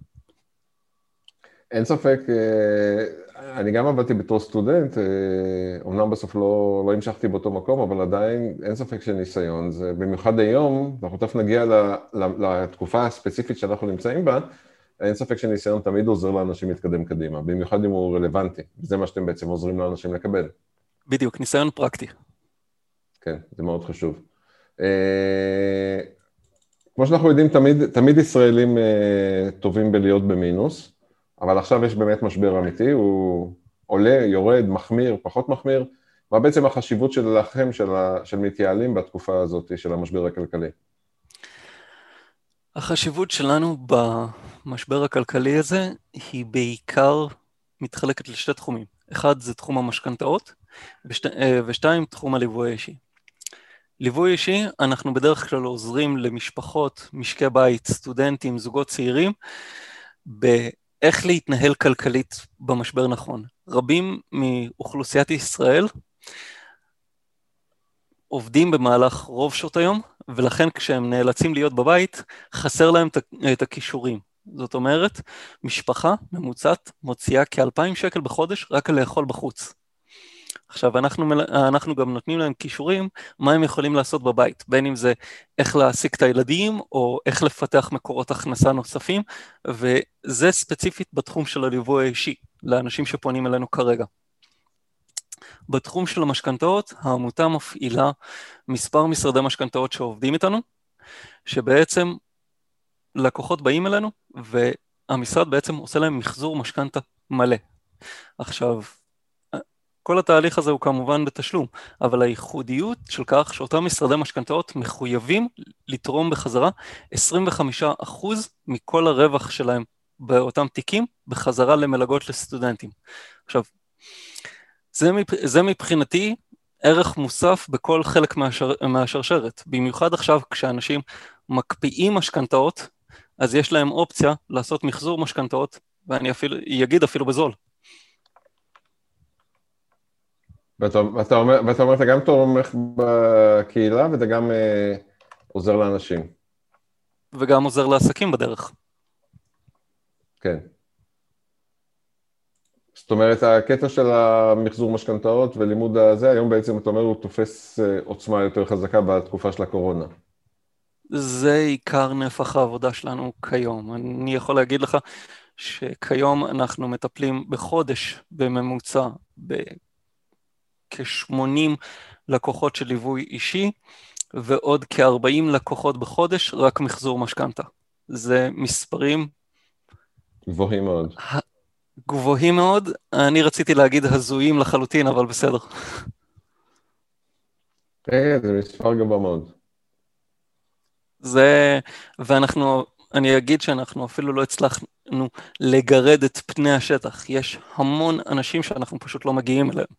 אין ספק, אני גם עבדתי בתור סטודנט, אומנם בסוף לא המשכתי באותו מקום, אבל עדיין אין ספק של ניסיון. זה במיוחד היום, אנחנו תכף נגיע לתקופה הספציפית שאנחנו נמצאים בה, אין ספק שניסיון תמיד עוזר לאנשים להתקדם קדימה, במיוחד אם הוא רלוונטי. זה מה שאתם בעצם עוזרים לאנשים לקבל. בדיוק, ניסיון פרקטי. כן, זה מאוד חשוב. כמו שאנחנו יודעים, תמיד ישראלים טובים בלהיות במינוס, אבל עכשיו יש באמת משבר אמיתי, הוא עולה, יורד, מחמיר, פחות מחמיר, מה בעצם החשיבות שלכם, של מתייעלים בתקופה הזאת של המשבר הכלכלי? החשיבות שלנו במשבר הכלכלי הזה היא בעיקר מתחלקת לשתי תחומים. אחד זה תחום המשכנתאות, ושתיים תחום הליווי האישי. ליווי אישי, אנחנו בדרך כלל עוזרים למשפחות, משקי בית, סטודנטים, זוגות צעירים, באיך להתנהל כלכלית במשבר נכון. רבים מאוכלוסיית ישראל עובדים במהלך רוב שעות היום, ולכן כשהם נאלצים להיות בבית, חסר להם את הכישורים. זאת אומרת, משפחה ממוצעת מוציאה כ2,000 שקל בחודש רק לאכול בחוץ. עכשיו, אנחנו גם נותנים להם כישורים, מה הם יכולים לעשות בבית, בין אם זה איך להעסיק את הילדים, או איך לפתח מקורות הכנסה נוספים, וזה ספציפית בתחום של הליווי האישי, לאנשים שפונים אלינו כרגע. בתחום של המשכנתאות, העמותה מפעילה מספר משרדי משכנתאות שעובדים איתנו, שבעצם לקוחות באים אלינו, והמשרד בעצם עושה להם מחזור משכנתה מלא. עכשיו, כל התהליך הזה הוא כמובן בתשלום, אבל הייחודיות של כך שאותם משרדי משכנתאות מחויבים לתרום בחזרה 25% מכל הרווח שלהם באותם תיקים, בחזרה למלגות לסטודנטים. עכשיו, זה מבחינתי ערך מוסף בכל חלק מהשרשרת, במיוחד עכשיו כשאנשים מקפיאים משכנתאות, אז יש להם אופציה לעשות מחזור משכנתאות, ואני אגיד אפילו בזול. ואתה אומר, אתה גם תומך בקהילה, ואתה גם עוזר לאנשים. וגם עוזר לעסקים בדרך. כן. זאת אומרת, הקטע של המחזור משכנתאות ולימוד הזה, היום בעצם אתה אומר, הוא תופס עוצמה יותר חזקה בתקופה של הקורונה. זה עיקר נפח העבודה שלנו כיום. אני יכול להגיד לך שכיום אנחנו מטפלים בחודש בממוצע כ-80 לקוחות של ליווי אישי, ועוד כ-40 לקוחות בחודש, רק מחזור משכנתה. זה מספרים גבוהים מאוד. גבוהים מאוד, אני רציתי להגיד הזויים לחלוטין, אבל בסדר. כן, זה מספר גבוה מאוד. אני אגיד שאנחנו אפילו לא הצלחנו לגרד את פני השטח. יש המון אנשים שאנחנו פשוט לא מגיעים אליהם.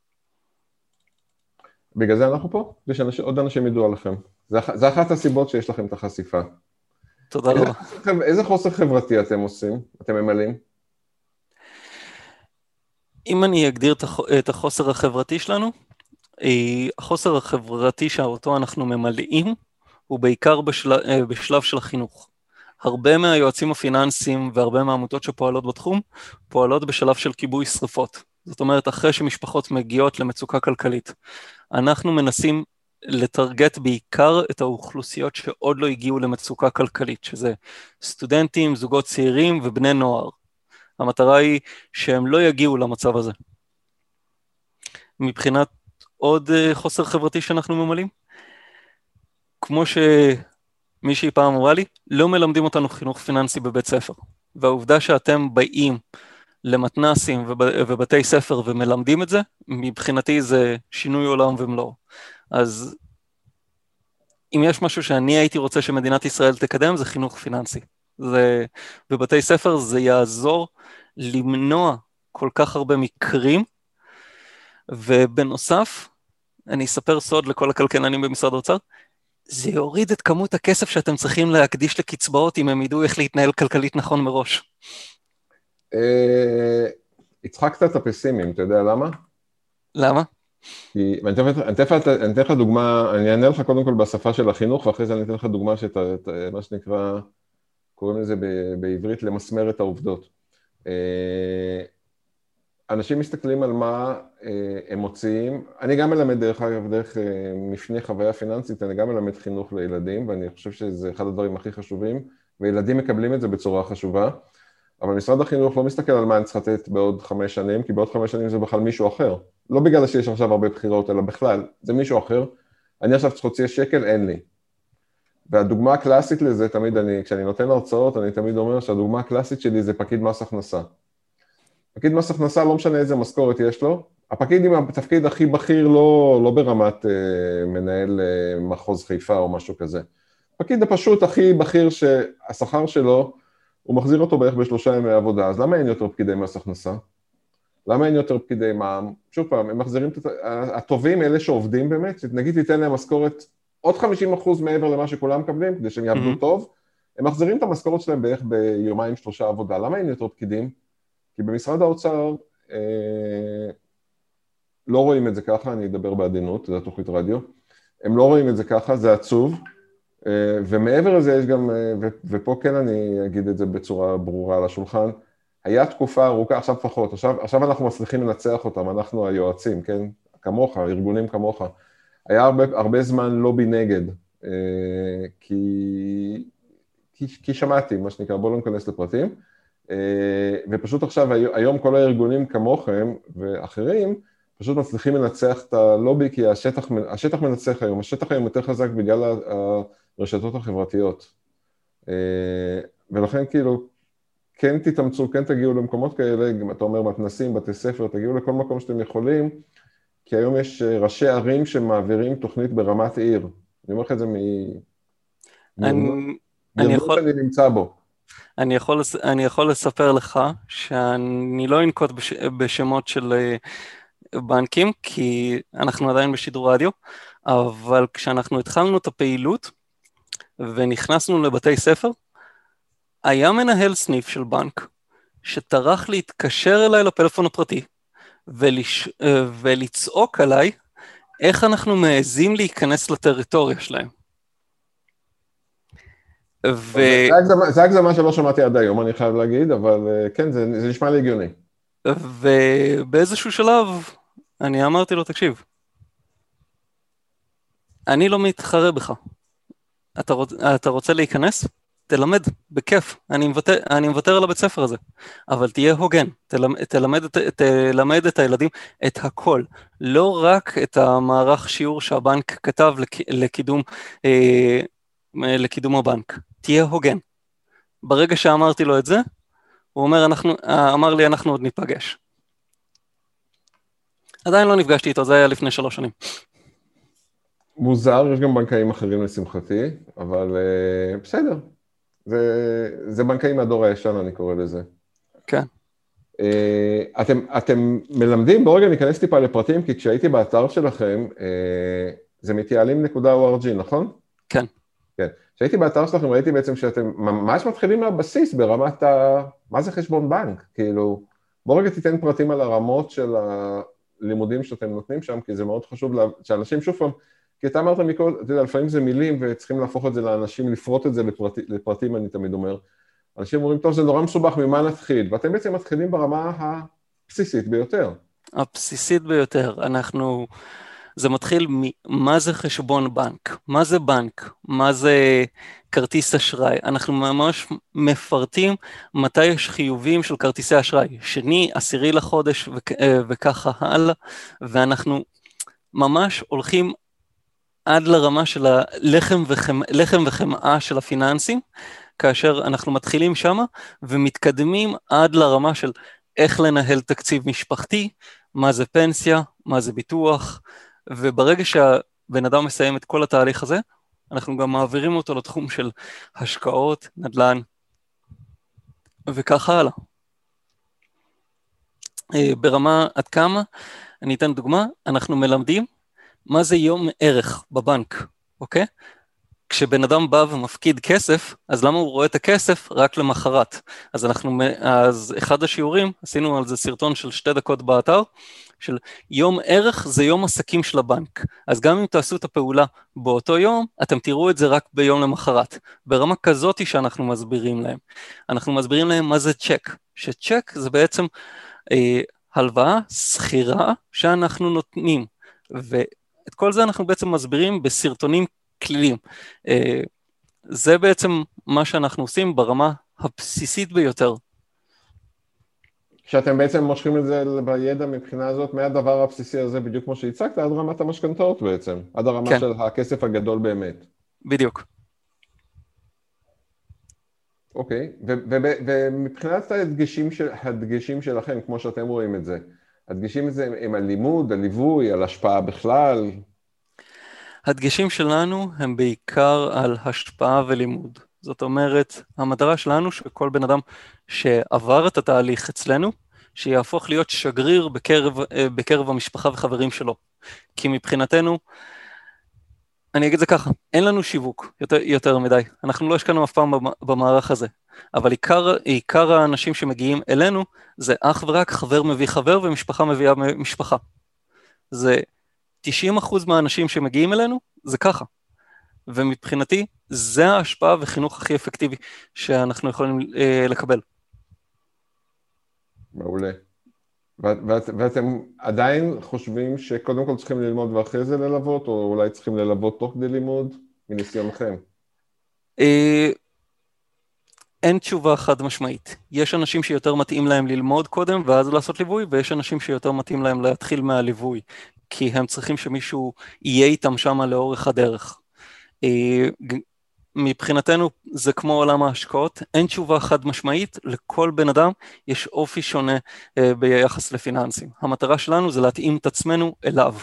בגלל זה אנחנו פה, כדי שעוד אנשים ידעו עליכם. זה אחת הסיבות שיש לכם את החשיפה. תודה רבה. איזה חוסר חברתי אתם עושים? אתם ממלאים? אם אני אגדיר את החוסר החברתי שלנו, החוסר החברתי שאותו אנחנו ממלאים, הוא בעיקר בשלב של החינוך. הרבה מהיועצים הפיננסיים והרבה מהעמותות שפועלות בתחום, פועלות בשלב של כיבוי שריפות. זאת אומרת, אחרי שמשפחות מגיעות למצוקה כלכלית. אנחנו מנסים לטרגט בעיקר את האוכלוסיות שעוד לא הגיעו למצוקה כלכלית, שזה סטודנטים, זוגות צעירים ובני נוער. המטרה היא שהם לא יגיעו למצב הזה. מבחינת עוד חוסר חברתי שאנחנו ממלאים, כמו שמישהי פעם אמרה לי, לא מלמדים אותנו חינוך פיננסי בבית ספר. והעובדה שאתם באים למתנסים ובתי ספר ומלמדים את זה, מבחינתי זה שינוי עולם ומלואו. אז אם יש משהו שאני הייתי רוצה שמדינת ישראל תקדם, זה חינוך פיננסי. בבתי ספר זה יעזור למנוע כל כך הרבה מקרים, ובנוסף, אני אספר סוד לכל הכלכלנים במשרד האוצר, זה יוריד את כמות הכסף שאתם צריכים להקדיש לקצבאות, אם הם ידעו איך להתנהל כלכלית נכון מראש. הצחקת את הפסימים, אתה יודע למה? למה? אני אתן לך דוגמה, אני אענה לך קודם כל בשפה של החינוך, ואחרי זה אני אתן לך דוגמה מה שנקרא, קוראים לזה בעברית, למסמר את העובדות. אנשים מסתכלים על מה הם מוציאים, אני גם מלמד דרך מפני חוויה פיננסית, אני גם מלמד חינוך לילדים, ואני חושב שזה אחד הדברים הכי חשובים, וילדים מקבלים את זה בצורה חשובה, אבל משרד החינוך לא מסתכל על מה אני צריך לתת בעוד 5 שנים, כי בעוד 5 שנים זה בכלל מישהו אחר. לא בגלל שיש עכשיו הרבה בחירות, אלא בכלל, זה מישהו אחר. אני עכשיו צריך להוציא שקל, אין לי. והדוגמה הקלאסית לזה, תמיד כשאני נותן הרצאות, אני תמיד אומר שהדוגמה הקלאסית שלי זה פקיד מס הכנסה. פקיד מס הכנסה, לא משנה איזה משכורת יש לו, הפקיד עם התפקיד הכי בכיר, לא ברמת מנהל מחוז חיפה או משהו כזה. הפקיד הפשוט הכי בכיר שהשכר שלו, הוא מחזיר אותו בערך ב3 ימי עבודה, אז למה אין יותר פקידי מס הכנסה? למה אין יותר פקידי מע"מ? שוב פעם, הם מחזירים הטובים, אלה שעובדים באמת, נגיד תיתן להם משכורת עוד 50% מעבר למה שכולם מקבלים, כדי שהם יעבדו טוב, הם מחזירים את המשכורת שלהם בערך ביומיים 3 עבודה. למה אין יותר פקידים? כי במשרד האוצר לא רואים את זה ככה, אני אדבר בעדינות, זה תוכנית רדיו, הם לא רואים את זה ככה, זה עצוב, ומעבר לזה יש גם, ופה כן אני אגיד את זה בצורה ברורה על השולחן, היה תקופה ארוכה, עכשיו פחות, עכשיו אנחנו מצליחים לנצח אותם, אנחנו היועצים, כן, כמוך, ארגונים כמוך, היה הרבה זמן לובי נגד, כי שמעתי, מה שנקרא, בואו לא ניכנס לפרטים, ופשוט עכשיו, היום כל הארגונים כמוכם ואחרים, פשוט מצליחים לנצח את הלובי, כי השטח מנצח היום, השטח היום יותר חזק בגלל הרשתות החברתיות. ולכן כאילו, כן תתאמצו, כן תגיעו למקומות כאלה, גם אתה אומר מתנסים, בתי ספר, תגיעו לכל מקום שאתם יכולים, כי היום יש ראשי ערים שמעבירים תוכנית ברמת עיר. אני אומר לך את זה אני נמצא בו. אני יכול לספר לך שאני לא אנקוט בשמות של בנקים, כי אנחנו עדיין בשידור רדיו, אבל כשאנחנו התחלנו את הפעילות ונכנסנו לבתי ספר, היה מנהל סניף של בנק, שטרח להתקשר אליי לפלאפון הפרטי, ולצעוק עליי, איך אנחנו מעזים להיכנס לטריטוריה שלהם. זה הגזמה שלא שמעתי עד היום, אני חייב להגיד, אבל כן, זה נשמע לי הגיוני. ובאיזשהו שלב, אני אמרתי לו, תקשיב, אני לא מתחרה בך. אתה רוצה להיכנס? תלמד, בכיף. אני מוותר על הבית ספר הזה. אבל תהיה הוגן. תלמד את הילדים את הכל. לא רק את המערך שיעור שהבנק כתב לקידום הבנק. תהיה הוגן. ברגע שאמרתי לו את זה, הוא אמר לי, אנחנו עוד ניפגש. עדיין לא נפגשתי איתו, זה היה לפני 3 שנים. מוזר, יש גם בנקאים אחרים לשמחתי, אבל בסדר. זה בנקאים מהדור הישן, אני קורא לזה. כן. אתם מלמדים, בוא רגע ניכנס טיפה לפרטים, כי כשהייתי באתר שלכם, זה מתייעלים.org, נכון? כן. כן. כשהייתי באתר שלכם, ראיתי בעצם שאתם ממש מתחילים מהבסיס ברמת מה זה חשבון בנק? כאילו, בוא רגע תיתן פרטים על הרמות של הלימודים שאתם נותנים שם, כי זה מאוד חשוב שאנשים שוב פעם, כי אתה אמרת מכל, אתה יודע, לפעמים זה מילים וצריכים להפוך את זה לאנשים, לפרוט את זה לפרטים, אני תמיד אומר. אנשים אומרים, טוב, זה נורא מסובך, ממה נתחיל? ואתם בעצם מתחילים ברמה הבסיסית ביותר. הבסיסית ביותר, זה מתחיל ממה זה חשבון בנק, מה זה בנק, מה זה כרטיס אשראי. אנחנו ממש מפרטים מתי יש חיובים של כרטיסי אשראי, 2, 10 לחודש וככה הלאה, ואנחנו ממש הולכים עד לרמה של הלחם וחמאה של הפיננסים, כאשר אנחנו מתחילים שמה ומתקדמים עד לרמה של איך לנהל תקציב משפחתי, מה זה פנסיה, מה זה ביטוח, וברגע שהבן אדם מסיים את כל התהליך הזה, אנחנו גם מעבירים אותו לתחום של השקעות, נדל"ן, וכך הלאה. ברמה עד כמה, אני אתן דוגמה, אנחנו מלמדים מה זה יום ערך בבנק, אוקיי? כשבן אדם בא ומפקיד כסף, אז למה הוא רואה את הכסף רק למחרת? אז אחד השיעורים, עשינו על זה סרטון של 2 דקות באתר, של יום ערך זה יום עסקים של הבנק. אז גם אם תעשו את הפעולה באותו יום, אתם תראו את זה רק ביום למחרת. ברמה כזאת שאנחנו מסבירים להם. אנחנו מסבירים להם מה זה צ'ק. שצ'ק זה בעצם הלוואה, סחירה שאנחנו נותנים. ואת כל זה אנחנו בעצם מסבירים בסרטונים כלילים. זה בעצם מה שאנחנו עושים ברמה הבסיסית ביותר. כשאתם בעצם מושכים את זה בידע מבחינה הזאת, מהדבר הבסיסי הזה, בדיוק כמו שהצגת, עד רמת המשכנתאות בעצם, עד הרמה כן. של הכסף הגדול באמת. בדיוק. אוקיי, ומבחינת הדגשים שלכם, כמו שאתם רואים את זה, הדגשים הזה הם על לימוד, על ליווי, על השפעה בכלל? הדגשים שלנו הם בעיקר על השפעה ולימוד. זאת אומרת, המטרה שלנו שכל בן אדם שעבר את התהליך אצלנו, שיהפוך להיות שגריר בקרב המשפחה וחברים שלו. כי מבחינתנו, אני אגיד זה ככה, אין לנו שיווק יותר מדי. אנחנו לא השקענו אף פעם במערך הזה. אבל עיקר האנשים שמגיעים אלינו, זה אך ורק חבר מביא חבר ומשפחה מביאה משפחה. זה 90% מהאנשים שמגיעים אלינו, זה ככה. ומבחינתי, זה ההשפעה וחינוך הכי אפקטיבי שאנחנו יכולים לקבל. מעולה. ואתם עדיין חושבים שקודם כל צריכים ללמוד ואחרי זה ללוות, או אולי צריכים ללוות תוך כדי לימוד, מניסיונכם? אין תשובה חד משמעית. יש אנשים שיותר מתאים להם ללמוד קודם ואז לעשות ליווי, ויש אנשים שיותר מתאים להם להתחיל מהליווי, כי הם צריכים שמישהו יהיה איתם שם לאורך הדרך. מבחינתנו זה כמו עולם ההשקעות, אין תשובה חד משמעית, לכל בן אדם יש אופי שונה ביחס לפיננסים. המטרה שלנו זה להתאים את עצמנו אליו.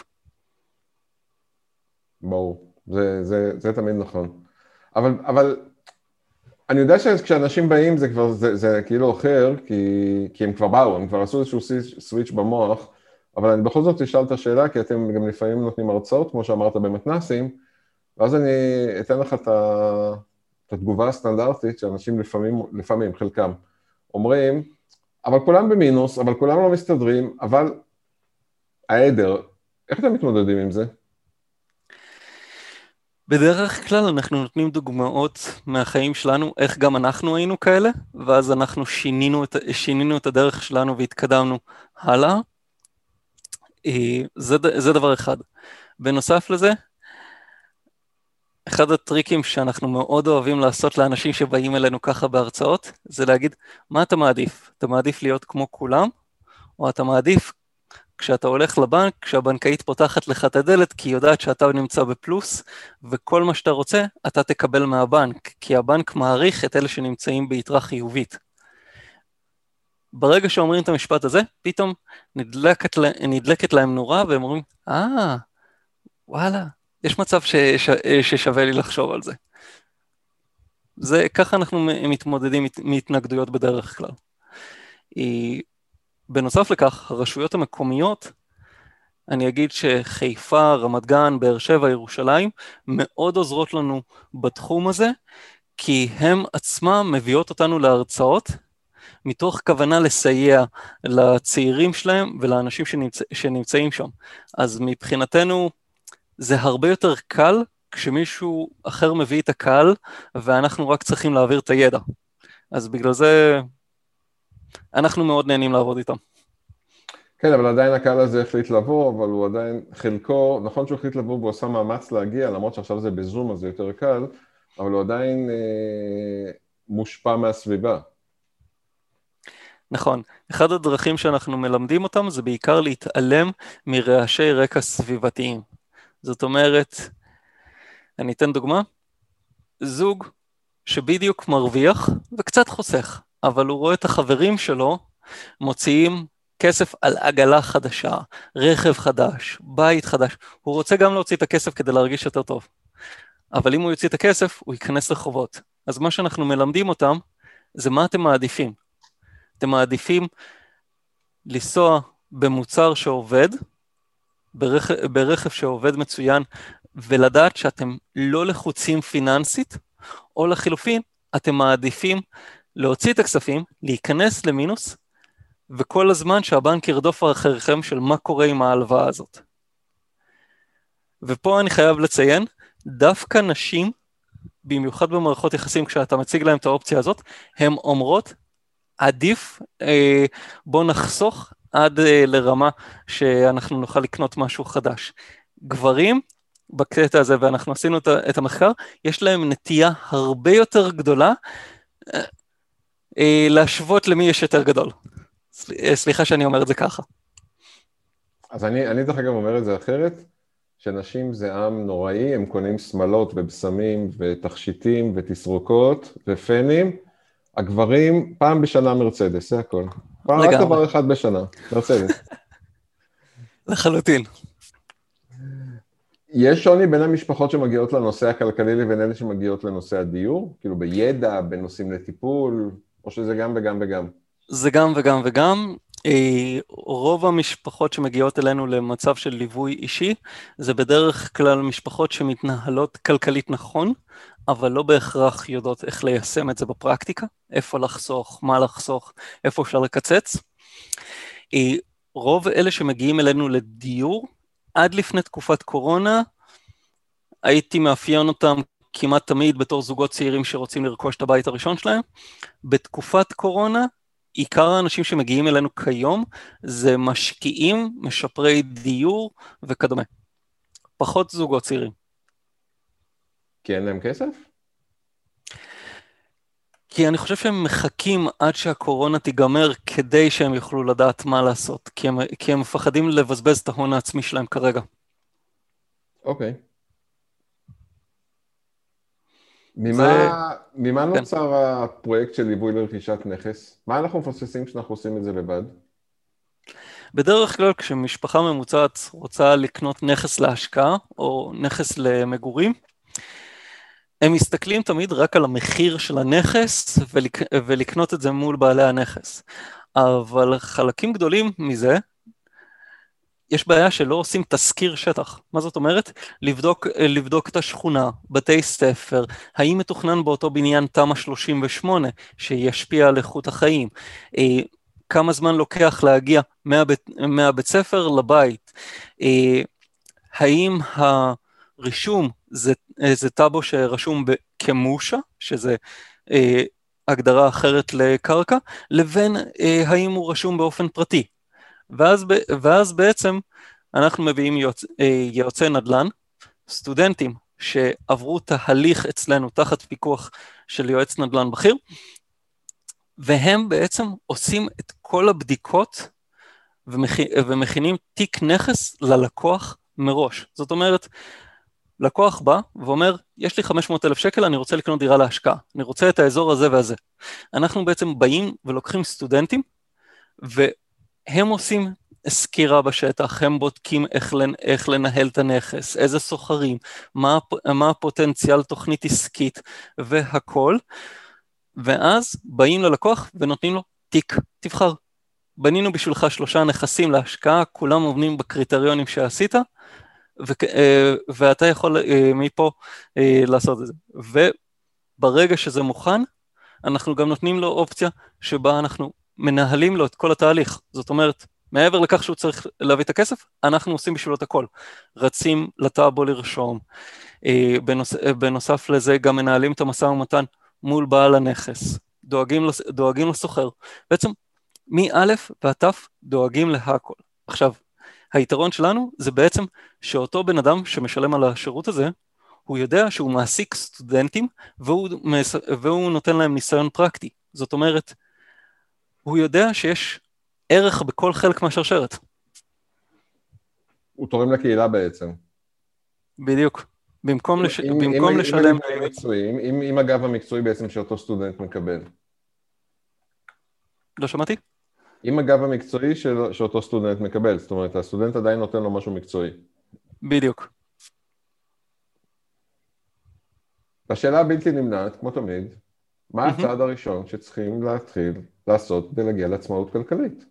ברור, זה תמיד נכון. אבל אני יודע שכשאנשים באים זה כבר, זה כאילו אחר, כי הם כבר באו, הם כבר עשו איזשהו סוויץ' במוח, אבל אני בכל זאת אשאל את השאלה, כי אתם גם לפעמים נותנים הרצאות, כמו שאמרת במתנסים, ואז אני אתן לך את התגובה הסטנדרטית שאנשים לפעמים, חלקם, אומרים, אבל כולם במינוס, אבל כולם לא מסתדרים, אבל העדר, איך אתם מתמודדים עם זה? בדרך כלל אנחנו נותנים דוגמאות מהחיים שלנו, איך גם אנחנו היינו כאלה, ואז אנחנו שינינו את הדרך שלנו והתקדמנו הלאה. זה דבר אחד. בנוסף לזה, אחד הטריקים שאנחנו מאוד אוהבים לעשות לאנשים שבאים אלינו ככה בהרצאות, זה להגיד, מה אתה מעדיף? אתה מעדיף להיות כמו כולם, או אתה מעדיף כשאתה הולך לבנק, כשהבנקאית פותחת לך את הדלת, כי היא יודעת שאתה נמצא בפלוס, וכל מה שאתה רוצה, אתה תקבל מהבנק, כי הבנק מעריך את אלה שנמצאים ביתרה חיובית. ברגע שאומרים את המשפט הזה, פתאום נדלקת להם נורה, והם אומרים, וואלה, יש מצב ששווה לי לחשוב על זה. ככה אנחנו מתמודדים מהתנגדויות בדרך כלל. בנוסף לכך, הרשויות המקומיות, אני אגיד שחיפה, רמת גן, באר שבע, ירושלים, מאוד עוזרות לנו בתחום הזה, כי הם עצמם מביאות אותנו להרצאות, מתוך כוונה לסייע לצעירים שלהם ולאנשים שנמצאים שם. אז מבחינתנו זה הרבה יותר קל כשמישהו אחר מביא את הקהל, ואנחנו רק צריכים להעביר את הידע. אז בגלל זה אנחנו מאוד נהנים לעבוד איתם. כן, אבל עדיין הקהל הזה החליט לבוא, אבל הוא עדיין חלקו, נכון שהוא החליט לבוא והוא עושה מאמץ להגיע, למרות שעכשיו זה בזום אז זה יותר קל, אבל הוא עדיין מושפע מהסביבה. נכון, אחד הדרכים שאנחנו מלמדים אותם זה בעיקר להתעלם מרעשי רקע סביבתיים. זאת אומרת, אני אתן דוגמה, זוג שבדיוק מרוויח וקצת חוסך, אבל הוא רואה את החברים שלו מוציאים כסף על עגלה חדשה, רכב חדש, בית חדש, הוא רוצה גם להוציא את הכסף כדי להרגיש יותר טוב. אבל אם הוא יוציא את הכסף, הוא ייכנס לחובות. אז מה שאנחנו מלמדים אותם, זה מה אתם מעדיפים. אתם מעדיפים לנסוע במוצר שעובד, ברכב שעובד מצוין, ולדעת שאתם לא לחוצים פיננסית, או לחילופין, אתם מעדיפים להוציא את הכספים, להיכנס למינוס, וכל הזמן שהבנק ירדוף אחריכם של מה קורה עם ההלוואה הזאת. ופה אני חייב לציין, דווקא נשים, במיוחד במערכות יחסים, כשאתה מציג להם את האופציה הזאת, הן אומרות, עדיף, בוא נחסוך עד לרמה שאנחנו נוכל לקנות משהו חדש. גברים, בקטע הזה, ואנחנו עשינו את המחקר, יש להם נטייה הרבה יותר גדולה, להשוות למי יש יותר גדול. סליחה שאני אומר את זה ככה. אז אני דרך אגב אומר את זה אחרת, שנשים זה עם נוראי, הם קונים שמלות ובשמים ותכשיטים ותסרוקות ופנים, הגברים פעם בשנה מרצדס, זה הכל. פעם רק דבר אחד בשנה, מרצדס. לחלוטין. יש שוני בין המשפחות שמגיעות לנושא הכלכלי לבין אלה שמגיעות לנושא הדיור? כאילו בידע, בנושאים לטיפול, או שזה גם וגם וגם? זה גם וגם וגם. רוב המשפחות שמגיעות אלינו למצב של ליווי אישי, זה בדרך כלל משפחות שמתנהלות כלכלית נכון, אבל לא בהכרח יודעות איך ליישם את זה בפרקטיקה, איפה לחסוך, מה לחסוך, איפה אפשר לקצץ. רוב אלה שמגיעים אלינו לדיור, עד לפני תקופת קורונה, הייתי מאפיין אותם כמעט תמיד בתור זוגות צעירים שרוצים לרכוש את הבית הראשון שלהם. בתקופת קורונה, עיקר האנשים שמגיעים אלינו כיום, זה משקיעים, משפרי דיור וכדומה. פחות זוגות צעירים. כי אין להם כסף? כי אני חושב שהם מחכים עד שהקורונה תיגמר כדי שהם יוכלו לדעת מה לעשות, כי הם מפחדים לבזבז את ההון העצמי שלהם כרגע. אוקיי. ממה נוצר הפרויקט של ליווי לרכישת נכס? מה אנחנו מפספסים כשאנחנו עושים את זה לבד? בדרך כלל כשמשפחה ממוצעת רוצה לקנות נכס להשקעה או נכס למגורים, הם מסתכלים תמיד רק על המחיר של הנכס ולקנות את זה מול בעלי הנכס. אבל חלקים גדולים מזה, יש בעיה שלא עושים תסקיר שטח. מה זאת אומרת? לבדוק את השכונה, בתי ספר, האם מתוכנן באותו בניין תמ"א 38 שישפיע על איכות החיים, כמה זמן לוקח להגיע מהבית ספר לבית, האם הרישום זה טאבו שרשום כמושה, שזה הגדרה אחרת לקרקע, לבין האם הוא רשום באופן פרטי. ואז בעצם אנחנו מביאים יועצי נדל"ן, סטודנטים שעברו תהליך אצלנו תחת פיקוח של יועץ נדל"ן בכיר, והם בעצם עושים את כל הבדיקות ומכינים תיק נכס ללקוח מראש. זאת אומרת, לקוח בא ואומר, יש לי 500,000 שקל, אני רוצה לקנות דירה להשקעה, אני רוצה את האזור הזה והזה. אנחנו בעצם באים ולוקחים סטודנטים, והם עושים סקירה בשטח, הם בודקים איך לנהל את הנכס, איזה סוחרים, מה הפוטנציאל תוכנית עסקית והכל, ואז באים ללקוח ונותנים לו תיק, תבחר. בנינו בשבילך 3 נכסים להשקעה, כולם עובדים בקריטריונים שעשית, ואתה יכול מפה לעשות את זה. וברגע שזה מוכן, אנחנו גם נותנים לו אופציה שבה אנחנו מנהלים לו את כל התהליך. זאת אומרת, מעבר לכך שהוא צריך להביא את הכסף, אנחנו עושים בשבילו את הכל. רצים לטאבו לרשום. בנוסף לזה גם מנהלים את המשא ומתן מול בעל הנכס. דואגים לסוחר. בעצם מא' ועד ת' דואגים להכל. עכשיו, היתרון שלנו זה בעצם שאותו בן אדם שמשלם על השירות הזה, הוא יודע שהוא מעסיק סטודנטים, והוא נותן להם ניסיון פרקטי. זאת אומרת, הוא יודע שיש ערך בכל חלק מהשרשרת. הוא תורם לקהילה בעצם. בדיוק. במקום לשלם... אם הגב המקצועי בעצם שאותו סטודנט מקבל. לא שמעתי? עם הגב המקצועי שאותו סטודנט מקבל, זאת אומרת, הסטודנט עדיין נותן לו משהו מקצועי. בדיוק. השאלה הבלתי נמנעת, כמו תמיד, מה הצעד הראשון שצריכים להתחיל לעשות כדי להגיע לעצמאות כלכלית?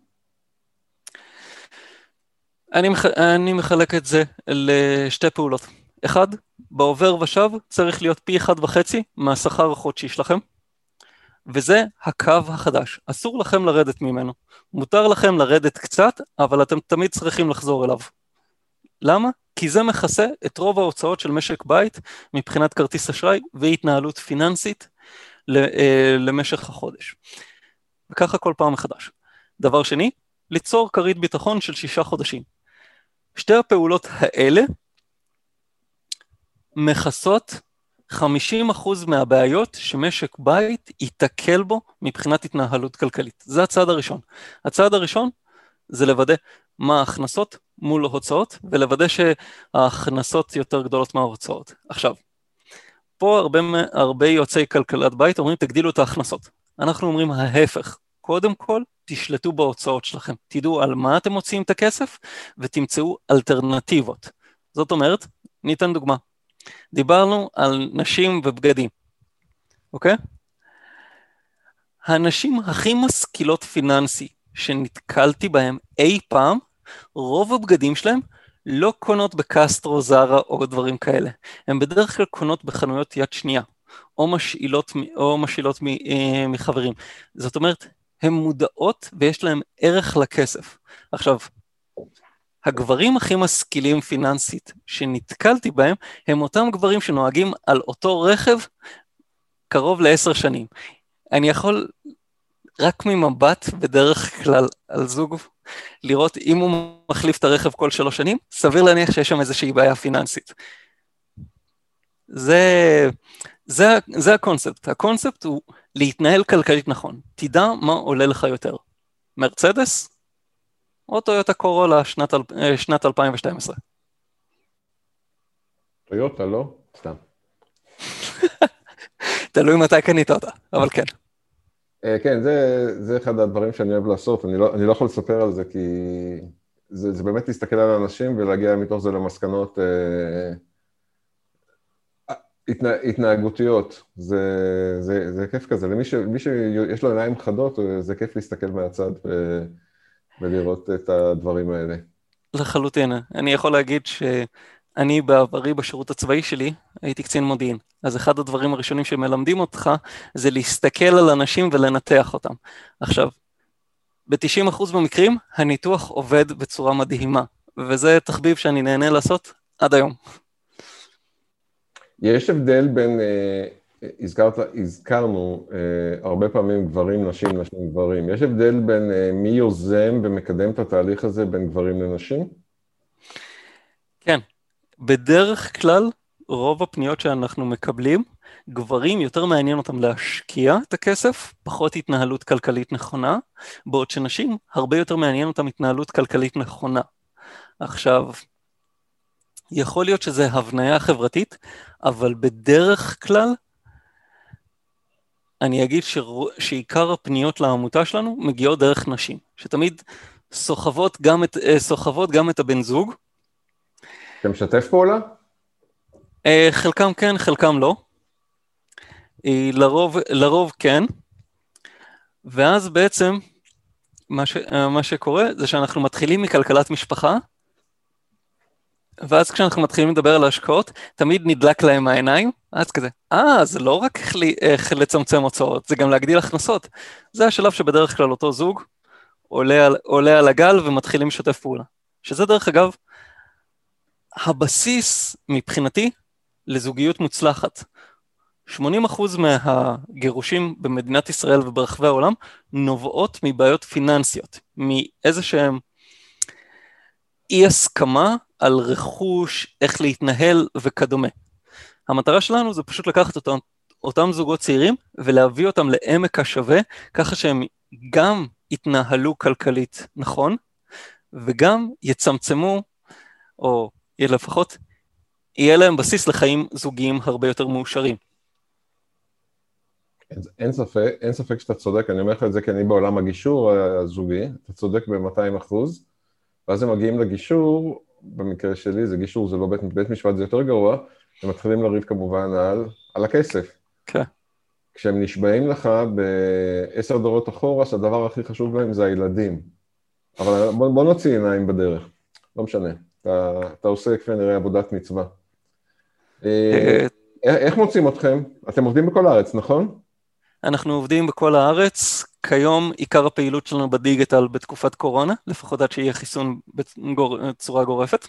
אני מחלק את זה לשתי פעולות. אחד, בעובר ושב צריך להיות פי 1.5 מהשכר החודשי שלכם, וזה הקו החדש. אסור לכם לרדת ממנו. מותר לכם לרדת קצת, אבל אתם תמיד צריכים לחזור אליו. למה? כי זה מכסה את רוב ההוצאות של משק בית מבחינת כרטיס אשראי והתנהלות פיננסית למשך החודש. וככה כל פעם מחדש. דבר שני, ליצור כרית ביטחון של 6 חודשים. שתי הפעולות האלה מכסות 50% מהבעיות שמשק בית ייתקל בו מבחינת התנהלות כלכלית. זה הצעד הראשון. הצעד הראשון זה לוודא מה ההכנסות מול ההוצאות, ולוודא שההכנסות יותר גדולות מההוצאות. עכשיו, פה הרבה יועצי כלכלת בית אומרים, תגדילו את ההכנסות. אנחנו אומרים ההפך. קודם כל, תשלטו בהוצאות שלכם. תדעו על מה אתם מוציאים את הכסף, ותמצאו אלטרנטיבות. זאת אומרת, ניתן דוגמה. דיברנו על נשים ובגדים, אוקיי? הנשים הכי משכילות פיננסי שנתקלתי בהם אי פעם, רוב הבגדים שלהם לא קונות בקסטרו, זרה או דברים כאלה. הם בדרך כלל קונות בחנויות יד שנייה, או משאילות מחברים. זאת אומרת, הן מודעות ויש להם ערך לכסף. עכשיו, הגברים הכי משכילים פיננסית שנתקלתי בהם, הם אותם גברים שנוהגים על אותו רכב קרוב ל10 שנים. אני יכול רק ממבט בדרך כלל על זוג, לראות אם הוא מחליף את הרכב כל 3 שנים, סביר להניח שיש שם איזושהי בעיה פיננסית. זה הקונספט. הקונספט הוא להתנהל כלכלית נכון. תדע מה עולה לך יותר. מרצדס או טויוטה קורולה שנת 2012? טויוטה, לא? סתם. תלוי מתי קנית אותה, אבל כן. כן, זה אחד הדברים שאני אוהב לעשות. אני לא יכול לספר על זה, כי זה באמת להסתכל על האנשים ולהגיע מתוך זה למסקנות התנהגותיות. זה כיף כזה. למי שיש לו עיניים חדות, זה כיף להסתכל מהצד ולראות את הדברים האלה. לחלוטין. אני יכול להגיד שאני בעברי בשירות הצבאי שלי הייתי קצין מודיעין. אז אחד הדברים הראשונים שמלמדים אותך זה להסתכל על אנשים ולנתח אותם. עכשיו, ב-90% במקרים הניתוח עובד בצורה מדהימה, וזה תחביב שאני נהנה לעשות עד היום. יש הבדל בין, הזכרנו הרבה פעמים גברים, נשים, נשים, גברים. יש הבדל בין מי יוזם ומקדם את התהליך הזה בין גברים לנשים? כן, בדרך כלל רוב הפניות שאנחנו מקבלים, גברים יותר מעניין אותם להשקיע את הכסף, פחות התנהלות כלכלית נכונה, בעוד שנשים הרבה יותר מעניין אותם התנהלות כלכלית נכונה. עכשיו, יכול להיות שזה הבניה חברתית, אבל בדרך כלל, אני אגיד שעיקר הפניות לעמותה שלנו מגיעות דרך נשים, שתמיד סוחבות גם את הבן זוג. אתה משתף פעולה? חלקם כן, חלקם לא. לרוב כן. ואז בעצם, מה שקורה זה שאנחנו מתחילים מכלכלת משפחה, ואז כשאנחנו מתחילים לדבר על ההשקעות, תמיד נדלק להם העיניים, אז כזה, זה לא רק איך לצמצם הוצאות, זה גם להגדיל הכנסות. זה השלב שבדרך כלל אותו זוג עולה על הגל ומתחילים לשתף פעולה. שזה דרך אגב, הבסיס מבחינתי לזוגיות מוצלחת. 80% מהגירושים במדינת ישראל וברחבי העולם נובעות מבעיות פיננסיות, מאיזה שהם אי הסכמה על רכוש, איך להתנהל וכדומה. המטרה שלנו זה פשוט לקחת אותם זוגות צעירים ולהביא אותם לעמק השווה, ככה שהם גם יתנהלו כלכלית נכון, וגם יצמצמו, או לפחות יהיה להם בסיס לחיים זוגיים הרבה יותר מאושרים. אין ספק שאתה צודק, אני אומר לך את זה כי אני בעולם הגישור הזוגי, אתה צודק ב-200%, ואז הם מגיעים לגישור, במקרה שלי זה גישור, זה לא בית משפט, זה יותר גרוע, הם מתחילים לריב כמובן על הכסף. כן. כשהם נשבעים לך ב10 דורות אחורה, שהדבר הכי חשוב להם זה הילדים. אבל בוא נוציא עיניים בדרך, לא משנה, אתה עושה כפי נראה עבודת מצווה. איך מוצאים אתכם? אתם עובדים בכל הארץ, נכון? אנחנו עובדים בכל הארץ, כיום עיקר הפעילות שלנו בדיגיטל בתקופת קורונה, לפחות עד שיהיה חיסון בצורה גורפת.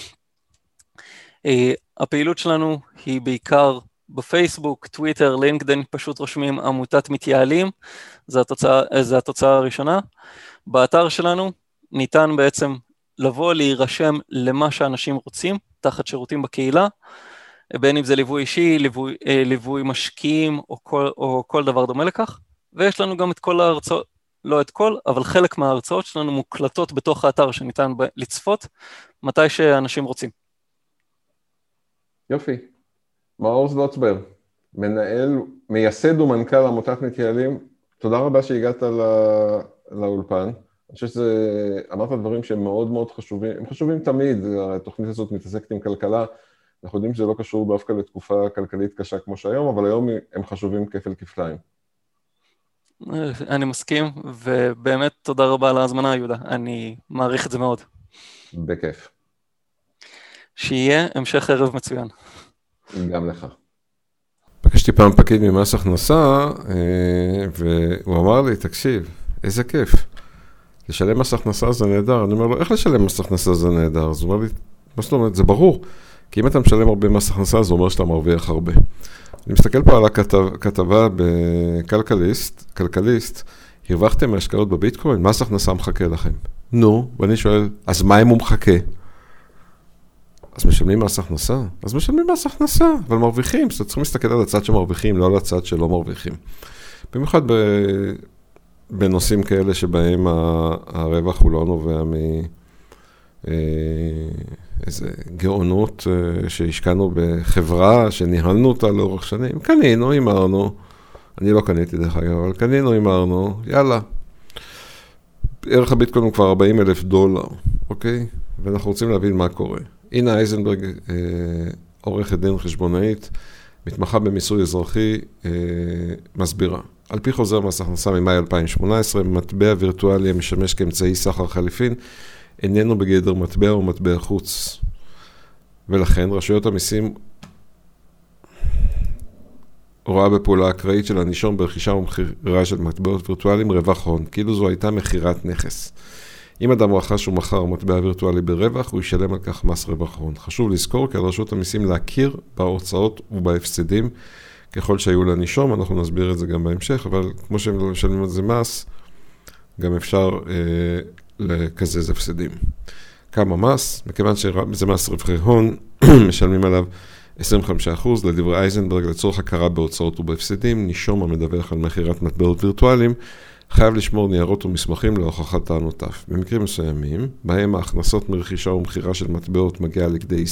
הפעילות שלנו היא בעיקר בפייסבוק, טוויטר, לינקדאין, פשוט רושמים עמותת מתייעלים, זה התוצאה הראשונה. באתר שלנו ניתן בעצם לבוא להירשם למה שאנשים רוצים, תחת שירותים בקהילה, בין אם זה ליווי אישי, ליווי משקיעים, או כל דבר דומה לכך, ויש לנו גם את כל ההרצאות, לא את כל, אבל חלק מההרצאות שלנו מוקלטות בתוך האתר שניתן לצפות, מתי שאנשים רוצים. יופי. מאור זלוצברג, מייסד ומנכ"ל עמותת מתייעלים, תודה רבה שהגעת לאולפן. אני חושב שזה, אמרת דברים שהם מאוד מאוד חשובים, הם חשובים תמיד, התוכנית הזאת מתעסקת עם כלכלה, אנחנו יודעים שזה לא קשור דווקא לתקופה כלכלית קשה כמו שהיום, אבל היום הם חשובים כפל כפליים. אני מסכים, ובאמת תודה רבה על ההזמנה, יהודה, אני מעריך את זה מאוד. בכיף. שיהיה המשך ערב מצוין. גם לך. פגשתי פעם פקיד ממס הכנסה, והוא אמר לי, תקשיב, איזה כיף. לשלם מס הכנסה זה נהדר. אני אומר לו, איך לשלם מס הכנסה זה נהדר? אז הוא אומר לי, מה זאת אומרת, זה ברור. כי אם אתה משלם הרבה מס הכנסה, זה אומר שאתה מרוויח הרבה. אני מסתכל פה על הכתבה בכלכליסט, הרווחתם מהשקעות בביטקוין, מס הכנסה מחכה לכם. נו, ואני שואל, אז מה אם הוא מחכה? אז משלמים מס הכנסה? אז משלמים מס הכנסה, אבל מרוויחים. אז צריכים להסתכל על הצד שמרוויחים, לא על הצד שלא מרוויחים. במיוחד בנושאים כאלה שבהם הרווח הוא לא נובע איזה גאונות שהשקענו בחברה, שניהלנו אותה לאורך שנים. קנינו, אמרנו, אני לא קניתי דרך אגב, אבל קנינו, אמרנו, יאללה. ערך הביטקוין הוא כבר $40,000, אוקיי? ואנחנו רוצים להבין מה קורה. אינה אייזנברג, עורכת דין חשבונאית, מתמחה במיסוי אזרחי, מסבירה. על פי חוזר מס הכנסה ממאי 2018, מטבע וירטואלי המשמש כאמצעי סחר חליפין, איננו בגדר מטבע או מטבע חוץ. ולכן רשויות המיסים רואה בפעולה אקראית של הנישום ברכישה ומכירה של מטבעות וירטואליים רווח הון, כאילו זו הייתה מכירת נכס. אם אדם רכש ומכר מטבע וירטואלי ברווח, הוא ישלם על כך מס רווח הון. חשוב לזכור כי על רשות המיסים להכיר בהוצאות ובהפסדים ככל שהיו לנישום, אנחנו נסביר את זה גם בהמשך, אבל כמו שהם משלמים על זה מס, גם אפשר לקזז הפסדים. כמה מס? מכיוון שזה מס רווחי הון, משלמים עליו 25%, לדברי אייזנברג, לצורך הכרה בהוצאות ובהפסדים, נישום המדווח על מכירת מטבעות וירטואליים, חייב לשמור ניירות ומסמכים להוכחת טענותיו. במקרים מסוימים, בהם ההכנסות מרכישה ומכירה של מטבעות מגיעה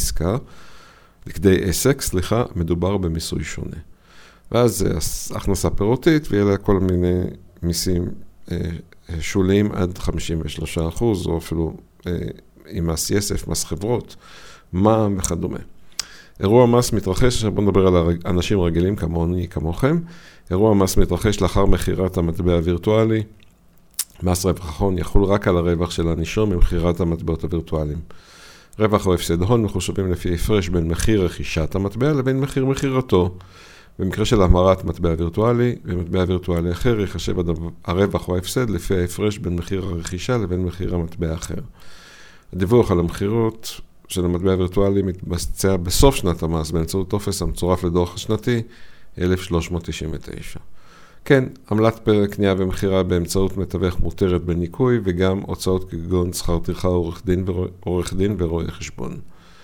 לכדי עסק, מדובר במיסוי שונה. ואז זה הכנסה פירותית, ויהיה לה כל מיני מיסים שוליים עד 53%, או אפילו עם מס יסף, מס חברות, מע"מ וכדומה. אירוע מס מתרחש, בואו נדבר על אנשים רגילים כמוני, כמוכם. אירוע מס מתרחש לאחר מכירת המטבע הווירטואלי. מס רווח הון יחול רק על הרווח של הנישום ממכירת המטבעות הווירטואליים. רווח או הפסד הון מחושבים לפי הפרש בין מחיר רכישת המטבע לבין מחיר מכירתו. במקרה של המרת מטבע וירטואלי ומטבע וירטואלי אחר, יחשב הרווח או ההפסד לפי ההפרש בין מחיר הרכישה לבין מחיר המטבע האחר. הדיווח על המחירות של המטבע הווירטואלי מתבצע בסוף שנת המס באמצעות טופס המצורף לדוח השנתי 1399. כן, עמלת פרק קנייה ומכירה באמצעות מתווך מותרת בניקוי, וגם הוצאות כגון שכר טרחה עורך דין ורואה חשבון.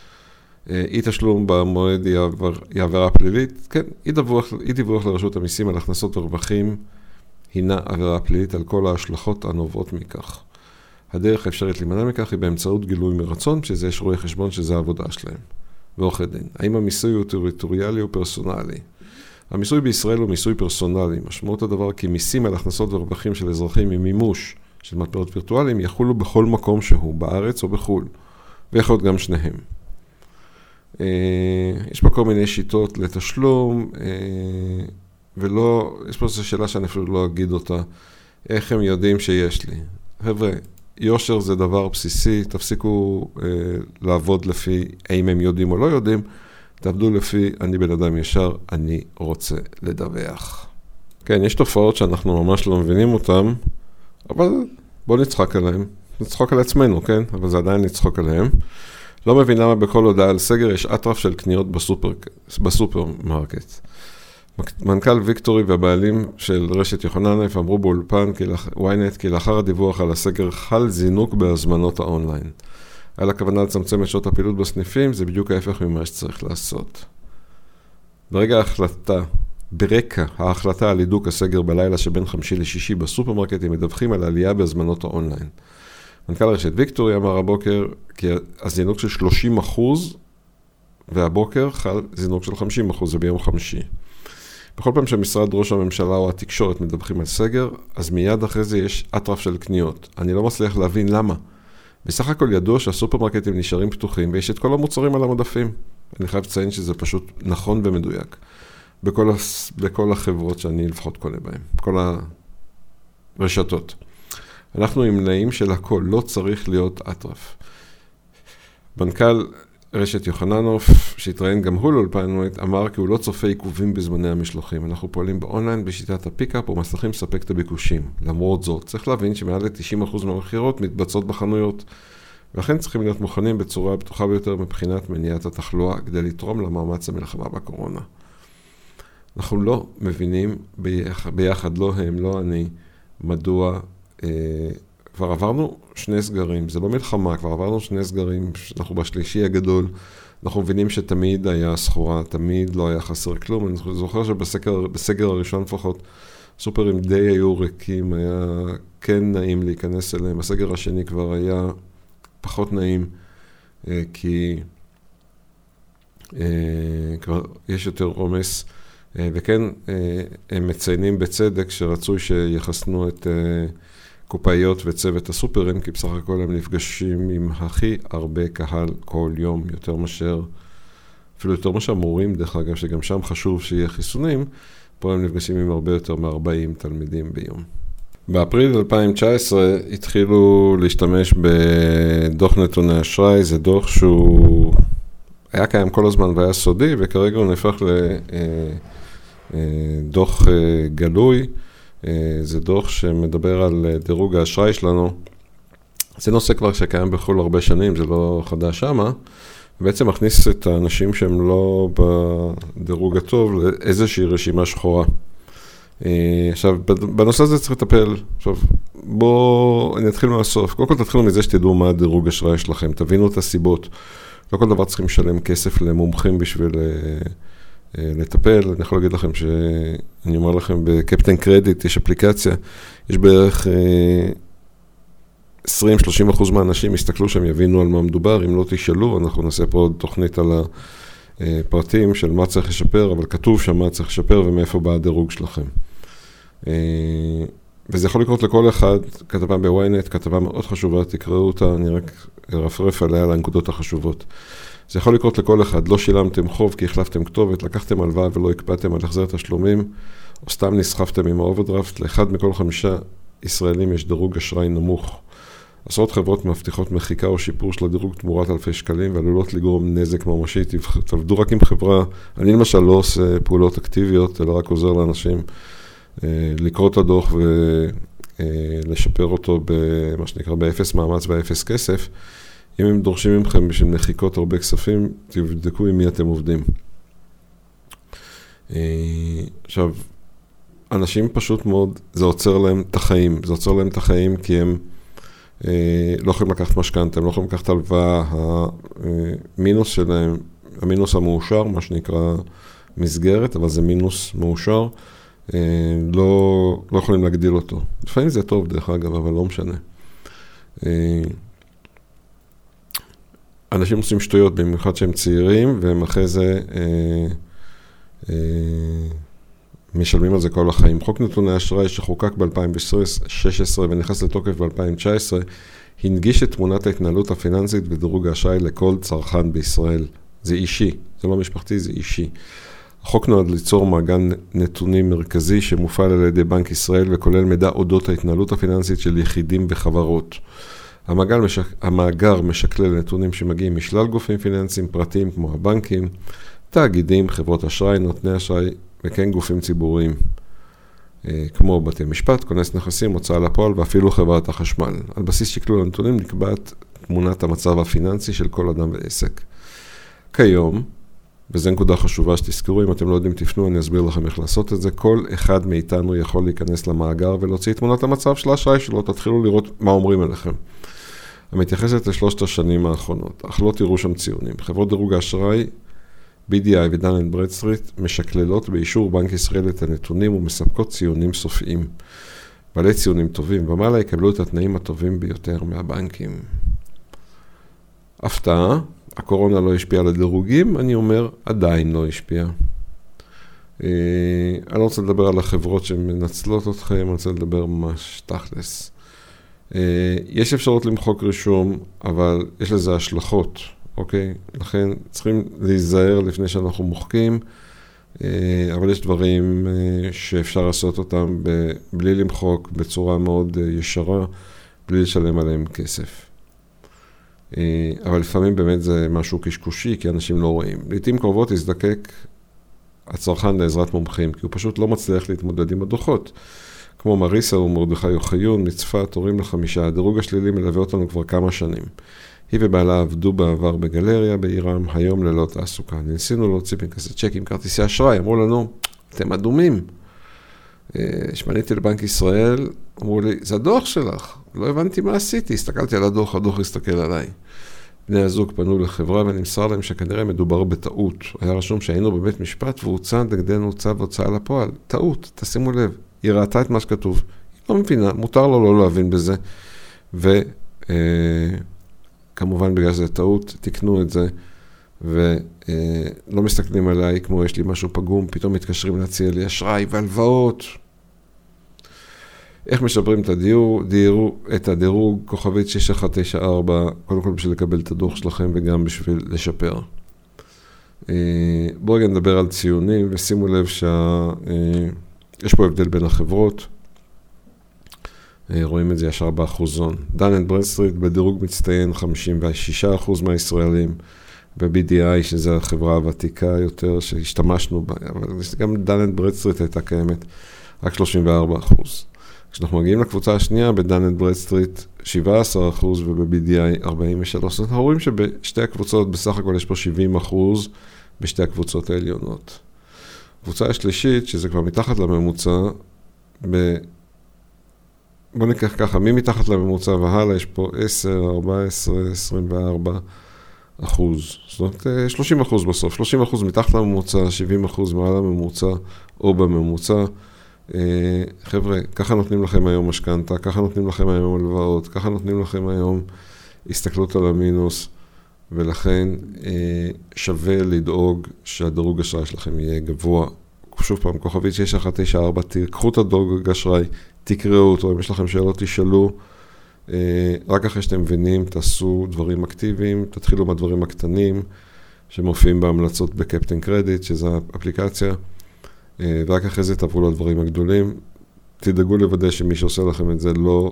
אי תשלום במועד היא עבירה פלילית. כן, אי דיווח לרשות המיסים על הכנסות ורווחים הינה עבירה פלילית על כל ההשלכות הנובעות מכך. הדרך האפשרית להימנע מכך היא באמצעות גילוי מרצון, שזה יש רואה חשבון שזה העבודה שלהם. ועורכי דין. האם המיסוי הוא טריטוריאלי או פרסונלי? המיסוי בישראל הוא מיסוי פרסונלי. משמעות הדבר כי מיסים על הכנסות ורווחים של אזרחים עם מימוש של מטבעות וירטואליים יחולו בכל מקום שהוא, בארץ או בחו"ל. ויכול להיות גם שניהם. יש פה כל מיני שיטות לתשלום, ולא, יש פה איזו שאלה שאני אפילו לא אגיד אותה. איך הם יודעים שיש לי? חבר'ה, יושר זה דבר בסיסי, תפסיקו לעבוד לפי האם הם יודעים או לא יודעים, תעבדו לפי אני בן אדם ישר, אני רוצה לדווח. כן, יש תופעות שאנחנו ממש לא מבינים אותן, אבל בואו נצחק עליהן. נצחוק על עצמנו, כן? אבל זה עדיין נצחוק עליהן. לא מבין למה בכל הודעה על סגר יש אטרף של קניות בסופרמרקט. מנכ"ל ויקטורי והבעלים של רשת יוחננוף אמרו באולפן וויינט כי לאחר הדיווח על הסגר חל זינוק בהזמנות האונליין. על הכוונה לצמצם את שעות הפעילות בסניפים, זה בדיוק ההפך ממה שצריך לעשות. ברקע ההחלטה על הידוק הסגר בלילה שבין חמישי לשישי בסופרמרקטים מדווחים על העלייה בהזמנות האונליין. מנכ"ל רשת ויקטורי אמר הבוקר כי הזינוק של 30% והבוקר חל זינוק של 50%, זה ביום חמישי. בכל פעם שמשרד ראש הממשלה או התקשורת מדווחים על סגר, אז מיד אחרי זה יש אטרף של קניות. אני לא מצליח להבין למה. בסך הכל ידוע שהסופרמרקטים נשארים פתוחים ויש את כל המוצרים על המדפים. אני חייב לציין שזה פשוט נכון ומדויק. בכל החברות שאני לפחות קונה בהן. כל הרשתות. אנחנו עם נעים של הכל, לא צריך להיות אטרף. מנכ"ל רשת יוחננוף, שהתראיין גם הוא לאולפן, אמר כי הוא לא צופה עיכובים בזמני המשלוחים. אנחנו פועלים באונליין בשיטת הפיקאפ ומצליחים לספק את הביקושים. למרות זאת, צריך להבין שמעל ל-90% מהמחירות מתבצעות בחנויות, ולכן צריכים להיות מוכנים בצורה בטוחה ביותר מבחינת מניעת התחלואה, כדי לתרום למאמץ המלחמה בקורונה. אנחנו לא מבינים ביחד, לא הם, לא אני, מדוע כבר עברנו 2 סגרים, זה לא מלחמה, כבר עברנו 2 סגרים, אנחנו בשלישי הגדול, אנחנו מבינים שתמיד היה סחורה, תמיד לא היה חסר כלום. אני זוכר שבסגר הראשון לפחות סופרים די היו ריקים, היה כן נעים להיכנס אליהם. הסגר השני כבר היה פחות נעים, כי כבר יש יותר עומס, וכן הם מציינים בצדק שרצוי שיחסנו את קופאיות וצוות הסופרים, כי בסך הכל הם נפגשים עם הכי הרבה קהל כל יום, אפילו יותר מאשר מורים, דרך אגב, שגם שם חשוב שיהיה חיסונים, פה הם נפגשים עם הרבה יותר מ-40 תלמידים ביום. באפריל 2019 התחילו להשתמש בדוח נתוני אשראי, זה דוח שהוא היה קיים כל הזמן והיה סודי, וכרגע הוא נהפך לדוח גלוי. זה דוח שמדבר על דירוג האשראי שלנו. זה נושא כבר שקיים בחול הרבה שנים, זה לא חדש שמה. בעצם מכניס את האנשים שהם לא בדירוג הטוב לאיזושהי רשימה שחורה. עכשיו, בנושא הזה צריך לטפל. עכשיו, בואו נתחיל מהסוף. קודם כל תתחילו מזה שתדעו מה הדירוג אשראי שלכם, תבינו את הסיבות. לא כל דבר צריכים לשלם כסף למומחים בשביל לטפל. אני יכול להגיד לכם שאני אומר לכם, בקפטן קרדיט יש אפליקציה, יש בערך 20-30% מהאנשים יסתכלו שהם יבינו על מה מדובר, אם לא תשאלו, אנחנו נעשה פה עוד תוכנית על הפרטים של מה צריך לשפר, אבל כתוב שם מה צריך לשפר ומאיפה בא הדירוג שלכם. וזה יכול לקרות לכל אחד, כתבה בוויינט, כתבה מאוד חשובה, תקראו אותה, אני רק רפרף עליה לנקודות החשובות. זה יכול לקרות לכל אחד, לא שילמתם חוב כי החלפתם כתובת, לקחתם הלוואה ולא הקפאתם על החזר תשלומים, או סתם נסחפתם עם האוברדרפט, לאחד מכל 5 ישראלים יש דירוג אשראי נמוך. עשרות חברות מבטיחות מחיקה או שיפור של הדירוג תמורת אלפי שקלים, ועלולות לגרום נזק ממשי. תעבדו רק עם חברה, אני למשל לא עושה פעולות אקטיביות, אלא רק עוזר לאנשים לקרוא את הדוח ולשפר אותו במה שנקרא באפס מאמץ ואפס כסף. אם הם דורשים ממכם בשביל מחיקות הרבה כספים, תבדקו עם מי אתם עובדים. עכשיו, אנשים פשוט מאוד, זה עוצר להם את החיים. זה עוצר להם את החיים כי הם לא יכולים לקחת משכנתא, הם לא יכולים לקחת הלוואה. המינוס שלהם, המינוס המאושר, מה שנקרא מסגרת, אבל זה מינוס מאושר, לא יכולים להגדיל אותו. לפעמים זה טוב דרך אגב, אבל לא משנה. אנשים עושים שטויות, במיוחד שהם צעירים, והם אחרי זה משלמים על זה כל החיים. חוק נתוני אשראי שחוקק ב-2016 ונכנס לתוקף ב-2019, הנגיש את תמונת ההתנהלות הפיננסית ודירוג האשראי לכל צרכן בישראל. זה אישי, זה לא משפחתי, זה אישי. החוק נועד ליצור מעגן נתונים מרכזי שמופעל על ידי בנק ישראל וכולל מידע אודות ההתנהלות הפיננסית של יחידים וחברות. המאגר משקלל נתונים שמגיעים משלל גופים פיננסיים פרטיים כמו הבנקים, תאגידים, חברות אשראי, נותני אשראי וכן גופים ציבוריים כמו בתי משפט, כונס נכסים, הוצאה לפועל ואפילו חברת החשמל. על בסיס שקלול הנתונים נקבעת תמונת המצב הפיננסי של כל אדם ועסק. כיום, וזו נקודה חשובה שתזכרו, אם אתם לא יודעים תפנו, אני אסביר לכם איך לעשות את זה. כל אחד מאיתנו יכול להיכנס למאגר ולהוציא תמונת המצב של האשראי שלו, תתחילו לראות מה אומרים עליכם. המתייחסת ל3 השנים האחרונות, אך לא תראו שם ציונים. חברות דירוג האשראי, BDI ודן & ברדסטריט, משקללות באישור בנק ישראל את הנתונים ומספקות ציונים סופיים. בעלי ציונים טובים ומעלה יקבלו את התנאים הטובים ביותר מהבנקים. הפתעה, הקורונה לא השפיעה על הדירוגים, אני אומר, עדיין לא השפיעה. אני לא רוצה לדבר על החברות שמנצלות אתכם, אני רוצה לדבר ממש תכלס. יש אפשרות למחוק רישום, אבל יש לזה השלכות, אוקיי? לכן צריכים להיזהר לפני שאנחנו מוחקים, אבל יש דברים שאפשר לעשות אותם בלי למחוק, בצורה מאוד ישרה, בלי לשלם עליהם כסף. אבל לפעמים באמת זה משהו קשקושי, כי אנשים לא רואים. לעתים קרובות יזדקק הצרכן לעזרת מומחים, כי הוא פשוט לא מצליח להתמודד עם הדוחות. כמו מריסה ומרדכי יוחיון, מצפת, הורים ל5, הדירוג השלילי מלווה אותנו כבר כמה שנים. היא ובעלה עבדו בעבר בגלריה בעירם, היום ללא תעסוקה. ניסינו להוציא פנקסי צ'קים, כרטיסי אשראי, אמרו לנו, אתם אדומים. שמניתי לבנק ישראל, אמרו לי, זה הדוח שלך. לא הבנתי מה עשיתי, הסתכלתי על הדוח, הדוח הסתכל עליי. בני הזוג פנו לחברה ונמסר להם שכנראה מדובר בטעות. היה רשום שהיינו בבית משפט והוצא נגדנו צו הוצאה לפועל. טעות, תשימו לב. היא ראתה את מה שכתוב. היא לא מבינה, מותר לו לא להבין בזה. וכמובן בגלל שזה טעות, תקנו את זה. ולא מסתכלים עליי כמו יש לי משהו פגום, פתאום מתקשרים להציע לי אשראי והלוואות. איך משפרים את הדירוג, כוכבית 6194, קודם כל בשביל לקבל את הדוח שלכם וגם בשביל לשפר. בואו רגע נדבר על ציונים, ושימו לב שיש פה הבדל בין החברות. רואים את זה ישר באחוזון. דן אנד ברדסטריט בדירוג מצטיין 56% מהישראלים, ב-BDI, שזו החברה הוותיקה יותר שהשתמשנו בה, אבל גם דן אנד ברדסטריט הייתה קיימת רק 34%. כשאנחנו מגיעים לקבוצה השנייה, בדן אנד ברדסטריט 17% וב-BDI 43%. אנחנו רואים שבשתי הקבוצות בסך הכל יש פה 70% בשתי הקבוצות העליונות. הקבוצה השלישית, שזה כבר מתחת לממוצע, בוא ניקח ככה, מי מתחת לממוצע והלאה, יש פה 10, 14, 24%. זאת אומרת, 30% בסוף. 30% מתחת לממוצע, 70% מעל הממוצע או בממוצע. חבר'ה, ככה נותנים לכם היום משכנתה, ככה נותנים לכם היום הלוואות, ככה נותנים לכם היום הסתכלות על המינוס, ולכן שווה לדאוג שהדירוג אשראי שלכם יהיה גבוה. שוב פעם, כוכבית 6194, תקחו את הדירוג אשראי, תקראו אותו, אם יש לכם שאלות תשאלו, רק אחרי שאתם מבינים, תעשו דברים אקטיביים, תתחילו מהדברים הקטנים, שמופיעים בהמלצות בקפטן קרדיט, שזו האפליקציה, ורק אחרי זה תעברו לדברים הגדולים. תדאגו לוודא שמי שעושה לכם את זה לא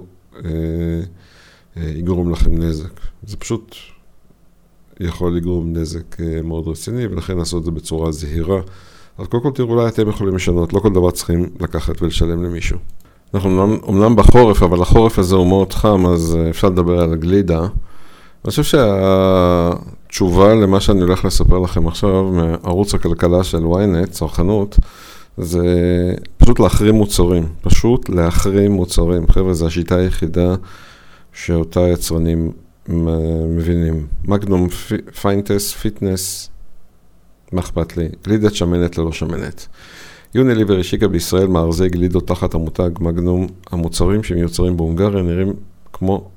יגרום לכם נזק. זה פשוט יכול לגרום נזק מאוד רציני, ולכן לעשות את זה בצורה זהירה. אז קודם כל תראו, אולי אתם יכולים לשנות, לא כל דבר צריכים לקחת ולשלם למישהו. אנחנו אומנם בחורף, אבל החורף הזה הוא מאוד חם, אז אפשר לדבר על הגלידה. אני חושב שהתשובה למה שאני הולך לספר לכם עכשיו, מערוץ הכלכלה של ynet, צרכנות, זה פשוט להחרים מוצרים. פשוט להחרים מוצרים. חבר'ה, זו השיטה היחידה שאותה יצרנים מבינים. מגנום, פיינטס, פיטנס, מה אכפת לי? גלידת שמנת ללא שמנת. יוניליבר השיקה בישראל מארזי גלידות תחת המותג מגנום. המוצרים שמיוצרים בהונגריה נראים כמו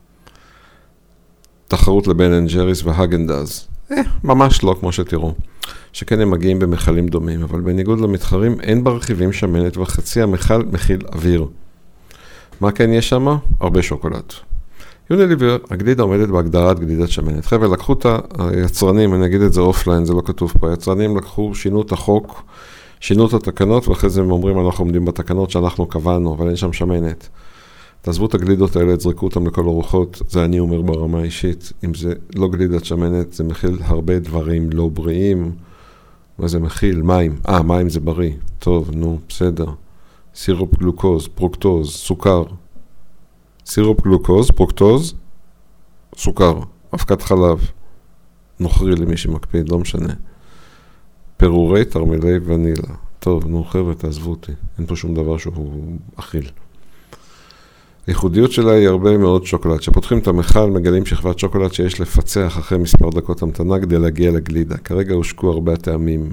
תחרות לבן אנד ג'ריס והגנדז. ממש לא, כמו שתראו. שכן הם מגיעים במחלים דומים, אבל בניגוד למתחרים אין ברכיבים שמנת וחצי המחל מכיל אוויר. מה כן יש שם? הרבה שוקולד. יוניליבר, הגלידה עומדת בהגדרת גלידת שמנת. חבר'ה, לקחו את היצרנים, אני אגיד את זה אופליין, זה לא כתוב פה. היצרנים לקחו, שינו את החוק, שינו את התקנות, ואחרי זה הם אומרים, אנחנו עומדים בתקנות שאנחנו קבענו, אבל אין שם שמנת. תעזבו את הגלידות האלה, תזרקו אותם לכל הרוחות, זה אני אומר ברמה האישית. אם זה לא גלידת שמנת, זה מכיל הרבה דברים לא בריאים. מה זה מכיל? מים. מים זה בריא. טוב, נו, בסדר. סירופ גלוקוז, פרוקטוז, סוכר. סירופ גלוקוז, פרוקטוז, סוכר. אבקת חלב. נוכרי למי שמקפיד, לא משנה. פירורי תרמילי ונילה. טוב, נו חבר'ה, תעזבו אותי. אין פה שום דבר שהוא אכיל. הייחודיות שלה היא הרבה מאוד שוקולד. כשפותחים את המכל, מגלים שכבת שוקולד שיש לפצח אחרי מספר דקות המתנה כדי להגיע לגלידה. כרגע הושקו הרבה טעמים.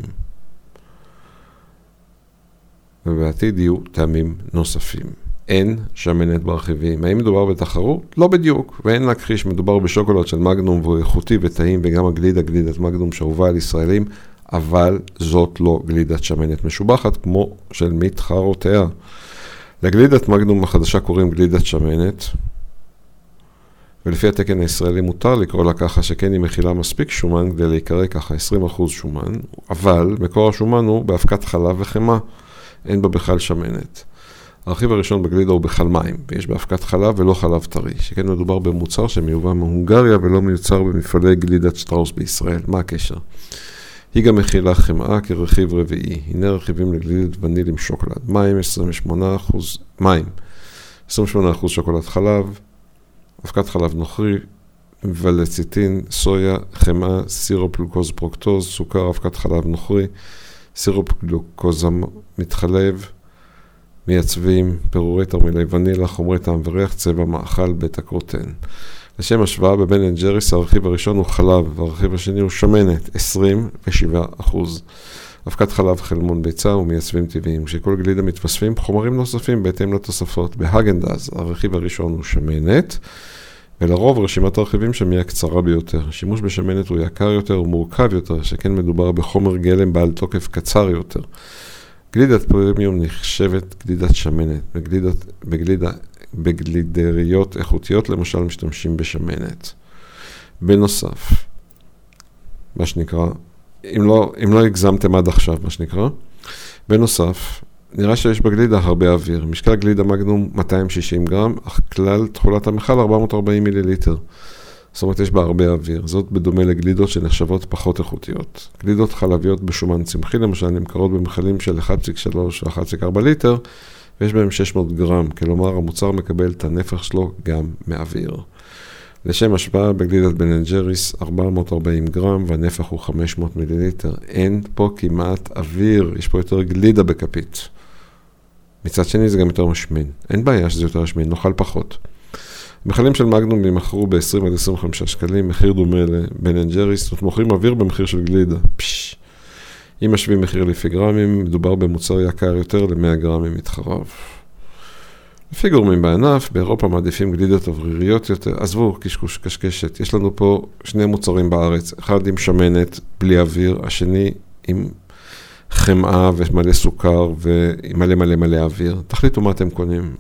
ובעתיד יהיו טעמים נוספים. אין שמנת ברכיבים. האם מדובר בתחרות? לא בדיוק. ואין להכחיש, מדובר בשוקולד של מגנום והוא איכותי וטעים, וגם הגלידה, גלידת מגנום שאהובה על ישראלים, אבל זאת לא גלידת שמנת משובחת כמו של מתחרותיה. לגלידת מגנום החדשה קוראים גלידת שמנת, ולפי התקן הישראלי מותר לקרוא לה ככה, שכן היא מכילה מספיק שומן כדי להיקרא ככה 20% שומן, אבל מקור השומן הוא באבקת חלב וחמה, אין בה בכלל שמנת. הרכיב הראשון בגלידה הוא בכלל מים, ויש באבקת חלב ולא חלב טרי, שכן מדובר במוצר שמיובא מהונגריה ולא מיוצר במפעלי גלידת שטראוס בישראל. מה הקשר? היא גם מכילה חמאה כרכיב רביעי. הנה רכיבים לגלידת וניל עם שוקולד. מים 28% שוקולד חלב, אבקת חלב נוכרי, ולציטין, סויה, חמאה, סירופ גלוקוז פרוקטוז, סוכר, אבקת חלב נוכרי, סירופ גלוקוז מתחלב, מייצבים, פירורי תרמילי ונילה, חומרי טעם וריח, צבע מאכל, בטא קרוטן. לשם השוואה, בבן אנד ג'ריס הרכיב הראשון הוא חלב, והרכיב השני הוא שמנת, 27%. אבקת חלב, חלמון, ביצה ומייצבים טבעיים. כשכל גלידה מתווספים חומרים נוספים בהתאם לתוספות. בהגנדז הרכיב הראשון הוא שמנת, ולרוב רשימת הרכיבים שם היא קצרה ביותר. שימוש בשמנת הוא יקר יותר ומורכב יותר, שכן מדובר בחומר גלם בעל תוקף קצר יותר. גלידת פרימיום נחשבת גלידת שמנת. בגלידריות איכותיות למשל משתמשים בשמנת. בנוסף, מה שנקרא, אם לא הגזמתם עד עכשיו, מה שנקרא, בנוסף, נראה שיש בגלידה הרבה אוויר. משקל גלידה מגנום 260 גרם, אך כלל תכולת המכל 440 מיליליטר. זאת אומרת, יש בה הרבה אוויר. זאת בדומה לגלידות שנחשבות פחות איכותיות. גלידות חלביות בשומן צמחי, למשל, נמכרות במכלים של 1.3 או 1.4 ליטר, ויש בהם 600 גרם, כלומר, המוצר מקבל את הנפח שלו גם מאוויר. לשם השפעה, בגלידת בן אנד ג'ריס 440 גרם, והנפח הוא 500 מיליליטר. אין פה כמעט אוויר, יש פה יותר גלידה בכפית. מצד שני זה גם יותר משמין. אין בעיה שזה יותר משמין, נאכל פחות. מכלים של מגנום ימכרו ב-20 עד 25 שקלים, מחיר דומה לבן אנד ג'ריס, זאת מוכרים אוויר במחיר של גלידה. אם משווים מחיר לפי גרמים, מדובר במוצר יקר יותר ל-100 גרמים מתחריו. לפי גורמים בענף, באירופה מעדיפים גלידות אווריריות יותר. עזבו, קשקוש, קשקשת. יש לנו פה שני מוצרים בארץ, אחד עם שמנת בלי אוויר, השני עם חמאה ומלא סוכר ומלא מלא מלא אוויר. תחליטו מה אתם קונים.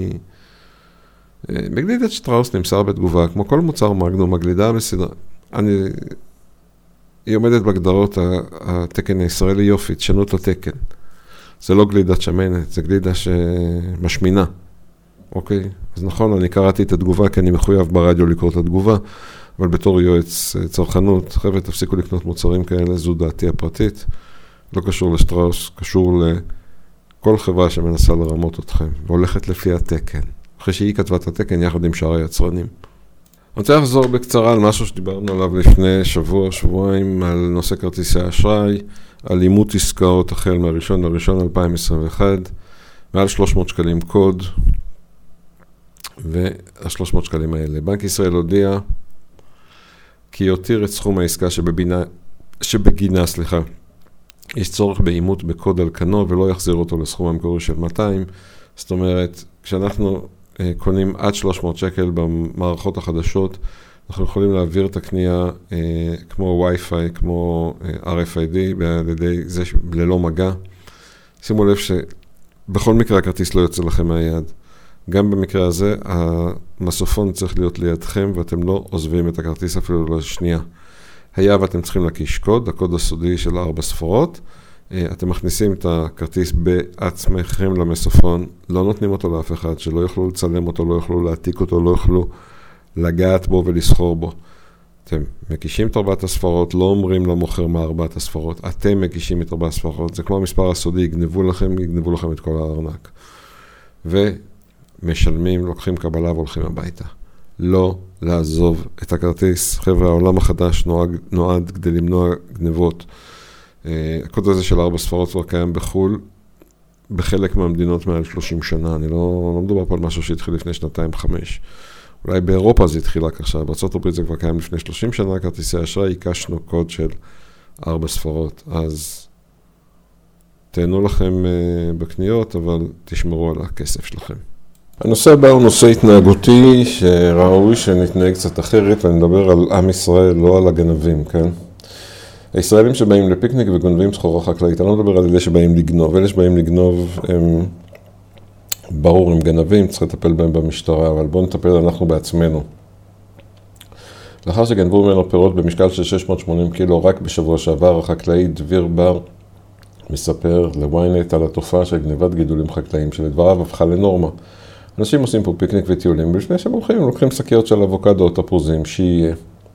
בגלידת שטראוס נמסר בתגובה, כמו כל מוצר מגנום, הגלידה בסדרה. היא עומדת בהגדרות התקן הישראלי יופי, תשנות לתקן. זה לא גלידת שמנת, זה גלידה שמשמינה. אוקיי? אז נכון, אני קראתי את התגובה, כי אני מחויב ברדיו לקרוא את התגובה, אבל בתור יועץ צרכנות, חבר'ה, תפסיקו לקנות מוצרים כאלה, זו דעתי הפרטית. לא קשור לשטראוס, קשור לכל חברה שמנסה לרמות אתכם, והולכת לפי התקן. אחרי שהיא כתבה את התקן יחד עם שאר היצרנים. אני רוצה לחזור בקצרה על משהו שדיברנו עליו לפני שבועיים, על נושא כרטיסי האשראי, על אימות עסקאות החל מהראשון לראשון 2021, מעל 300 שקלים קוד, וה-300 שקלים האלה. בנק ישראל הודיע כי יותיר את סכום העסקה שבגינה, יש צורך באימות בקוד על כנו, ולא יחזיר אותו לסכום המקורי של 200. זאת אומרת, כשאנחנו קונים עד 300 שקל במערכות החדשות, אנחנו יכולים להעביר את הקנייה כמו וי-פיי, כמו RFID, על ידי זה ללא מגע. שימו לב שבכל מקרה הכרטיס לא יוצא לכם מהיד. גם במקרה הזה, המסופון צריך להיות לידכם, ואתם לא עוזבים את הכרטיס אפילו לשנייה. היה ואתם צריכים להקיש קוד, הקוד הסודי של 4 ספרות. אתם מכניסים את הכרטיס בעצמכם למסופון, לא נותנים אותו לאף אחד, שלא יוכלו לצלם אותו, לא יוכלו להעתיק אותו, לא יוכלו לגעת בו ולסחור בו. אתם מקישים את 4 הספרות, לא אומרים למוכר מה 4 הספרות, אתם מקישים את 4 הספרות, זה כמו המספר הסודי, יגנבו לכם את כל הארנק. ומשלמים, לוקחים קבלה והולכים הביתה. לא לעזוב את הכרטיס. חבר'ה, העולם החדש נועד כדי למנוע גנבות. הקוד הזה של 4 ספרות כבר קיים בחול, בחלק מהמדינות מעל 30 שנה. אני לא מדובר פה על משהו שהתחיל לפני 2-5. אולי באירופה זה התחיל רק עכשיו. בארצות הברית זה כבר קיים לפני 30 שנה. כרטיסי אשראי, הקשנו קוד של 4 ספרות. אז תהנו לכם בקניות, אבל תשמרו על הכסף שלכם. הנושא הבא הוא נושא התנהגותי, שראוי שנתנהג קצת אחרת, ואני מדבר על עם ישראל, לא על הגנבים, כן? הישראלים שבאים לפיקניק וגונבים סחורה חקלאית, אני לא מדבר על אלה שבאים לגנוב. אלה שבאים לגנוב הם ברור עם גנבים, צריך לטפל בהם במשטרה, אבל בואו נטפל אנחנו בעצמנו. לאחר שגנבו ממנו פירות במשקל של 680 קילו רק בשבוע שעבר, החקלאי דביר בר מספר לוויינט על התופעה של גניבת גידולים חקלאיים, שלדבריו הפכה לנורמה. אנשים עושים פה פיקניק וטיולים, ולפני שהם לוקחים שקיות של אבוקדו או תפוזים, שיהיה.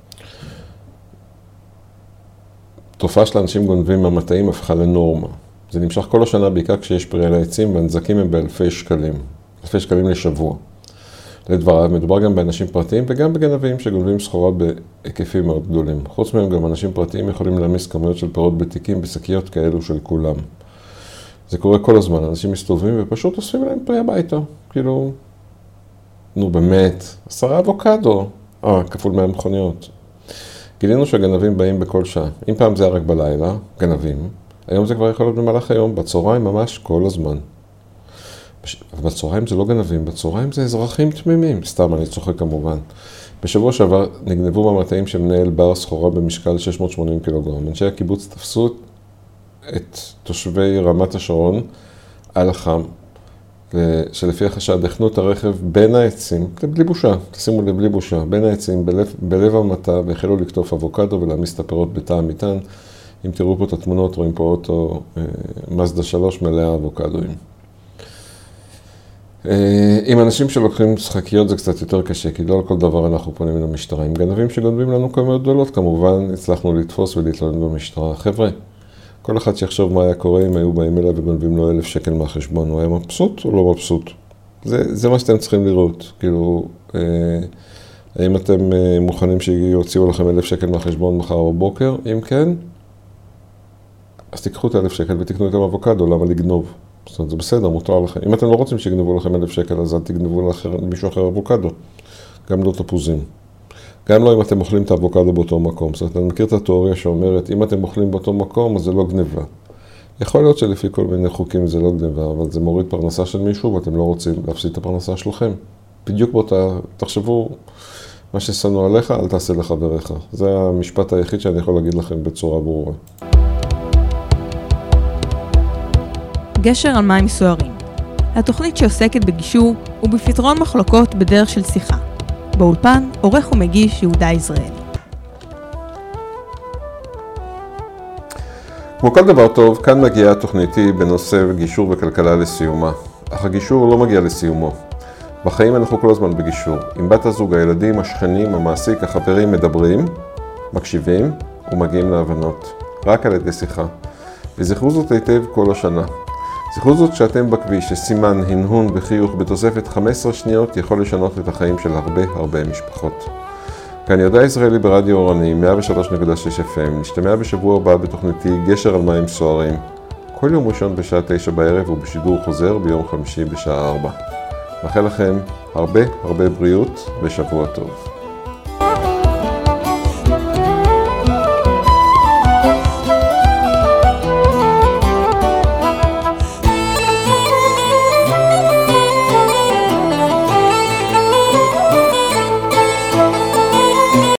תופעה של אנשים גונבים מהמטעים הפכה לנורמה. זה נמשך כל השנה, בעיקר כשיש פרי על העצים, והנזקים הם באלפי שקלים. אלפי שקלים לשבוע. לדבריו, מדובר גם באנשים פרטיים וגם בגנבים שגונבים סחורה בהיקפים מאוד גדולים. חוץ מהם גם אנשים פרטיים יכולים להמיס כמויות של פירות בתיקים בשקיות כאלו של כולם. זה קורה כל הזמן, אנשים מסתובבים ופשוט אוספים להם פרי הביתה. כאילו, נו באמת, 10 אבוקדו, כפול 100 מכוניות. גילינו שהגנבים באים בכל שעה. אם פעם זה היה רק בלילה, גנבים, היום זה כבר יכול להיות במהלך היום, בצהריים ממש כל הזמן. בצהריים זה לא גנבים, בצהריים זה אזרחים תמימים, סתם אני צוחק כמובן. בשבוע שעבר נגנבו מהמטעים של מנהל בר סחורה במשקל 680 קילוגרם. אנשי הקיבוץ תפסו את תושבי רמת השרון על החם, שלפי החשד הכנו את הרכב בין העצים, בלי בושה, תשימו לב, בלי בושה, בין העצים, בלב המטע, והחלו לקטוף אבוקדו ולהמיס את הפירות בתא המטען. אם תראו פה את התמונות, רואים פה אוטו מזדה 3 מלאה אבוקדואים. עם אנשים שלוקחים שחקיות זה קצת יותר קשה, כי לא על כל דבר אנחנו פונים למשטרה. עם גנבים שגונבים לנו כמויות גדולות, כמובן הצלחנו לתפוס ולהתלונן במשטרה. חבר'ה, כל אחד שיחשוב מה היה קורה אם היו באים אליו וגונבים לו 1,000 שקל מהחשבון, הוא היה מבסוט או לא מבסוט? זה מה שאתם צריכים לראות. כאילו, האם אתם מוכנים שיוציאו לכם 1,000 שקל מהחשבון מחר בבוקר? אם כן, אז תיקחו את 1,000 שקל ותקנו איתם אבוקדו, למה לגנוב? זאת אומרת, זה בסדר, מותר לכם. אם אתם לא רוצים שיגנבו לכם 1,000 שקל, אז אל תגנבו למישהו אחר אבוקדו. גם לא תפוזים. גם לא אם אתם אוכלים את האבוקדו באותו מקום. זאת אומרת, אני מכיר את התיאוריה שאומרת, אם אתם אוכלים באותו מקום, אז זה לא גניבה. יכול להיות שלפי כל מיני חוקים זה לא גניבה, אבל זה מוריד פרנסה של מישהו, ואתם לא רוצים להפסיד את הפרנסה שלכם. בדיוק תחשבו, מה ששנוא עליך, אל תעשה לחבריך. זה המשפט היחיד שאני יכול להגיד לכם בצורה ברורה. גשר על מים סוערים. התוכנית שעוסקת בגישור ובפתרון מחלוקות בדרך של שיחה. באולפן, עורך ומגיש יהודה יזרעאלי. כמו כל דבר טוב, כאן מגיעה תוכניתי בנושא גישור וכלכלה לסיומה. אך הגישור לא מגיע לסיומו. בחיים אנחנו כל הזמן בגישור. עם בת הזוג, הילדים, השכנים, המעסיק, החברים מדברים, מקשיבים ומגיעים להבנות. רק על ידי שיחה. וזכרו זאת היטב כל השנה. זכרו זאת שאתם בכביש, שסימן, הנהון וחיוך בתוספת 15 שניות יכול לשנות את החיים של הרבה משפחות. כאן יהודה יזרעאלי ברדיו אורני, 103.6 FM, נשתמע בשבוע הבא בתוכניתי גשר על מים סוערים. כל יום ראשון בשעה 9 בערב ובשידור חוזר ביום חמישי בשעה 4. מאחל לכם הרבה בריאות ושבוע טוב.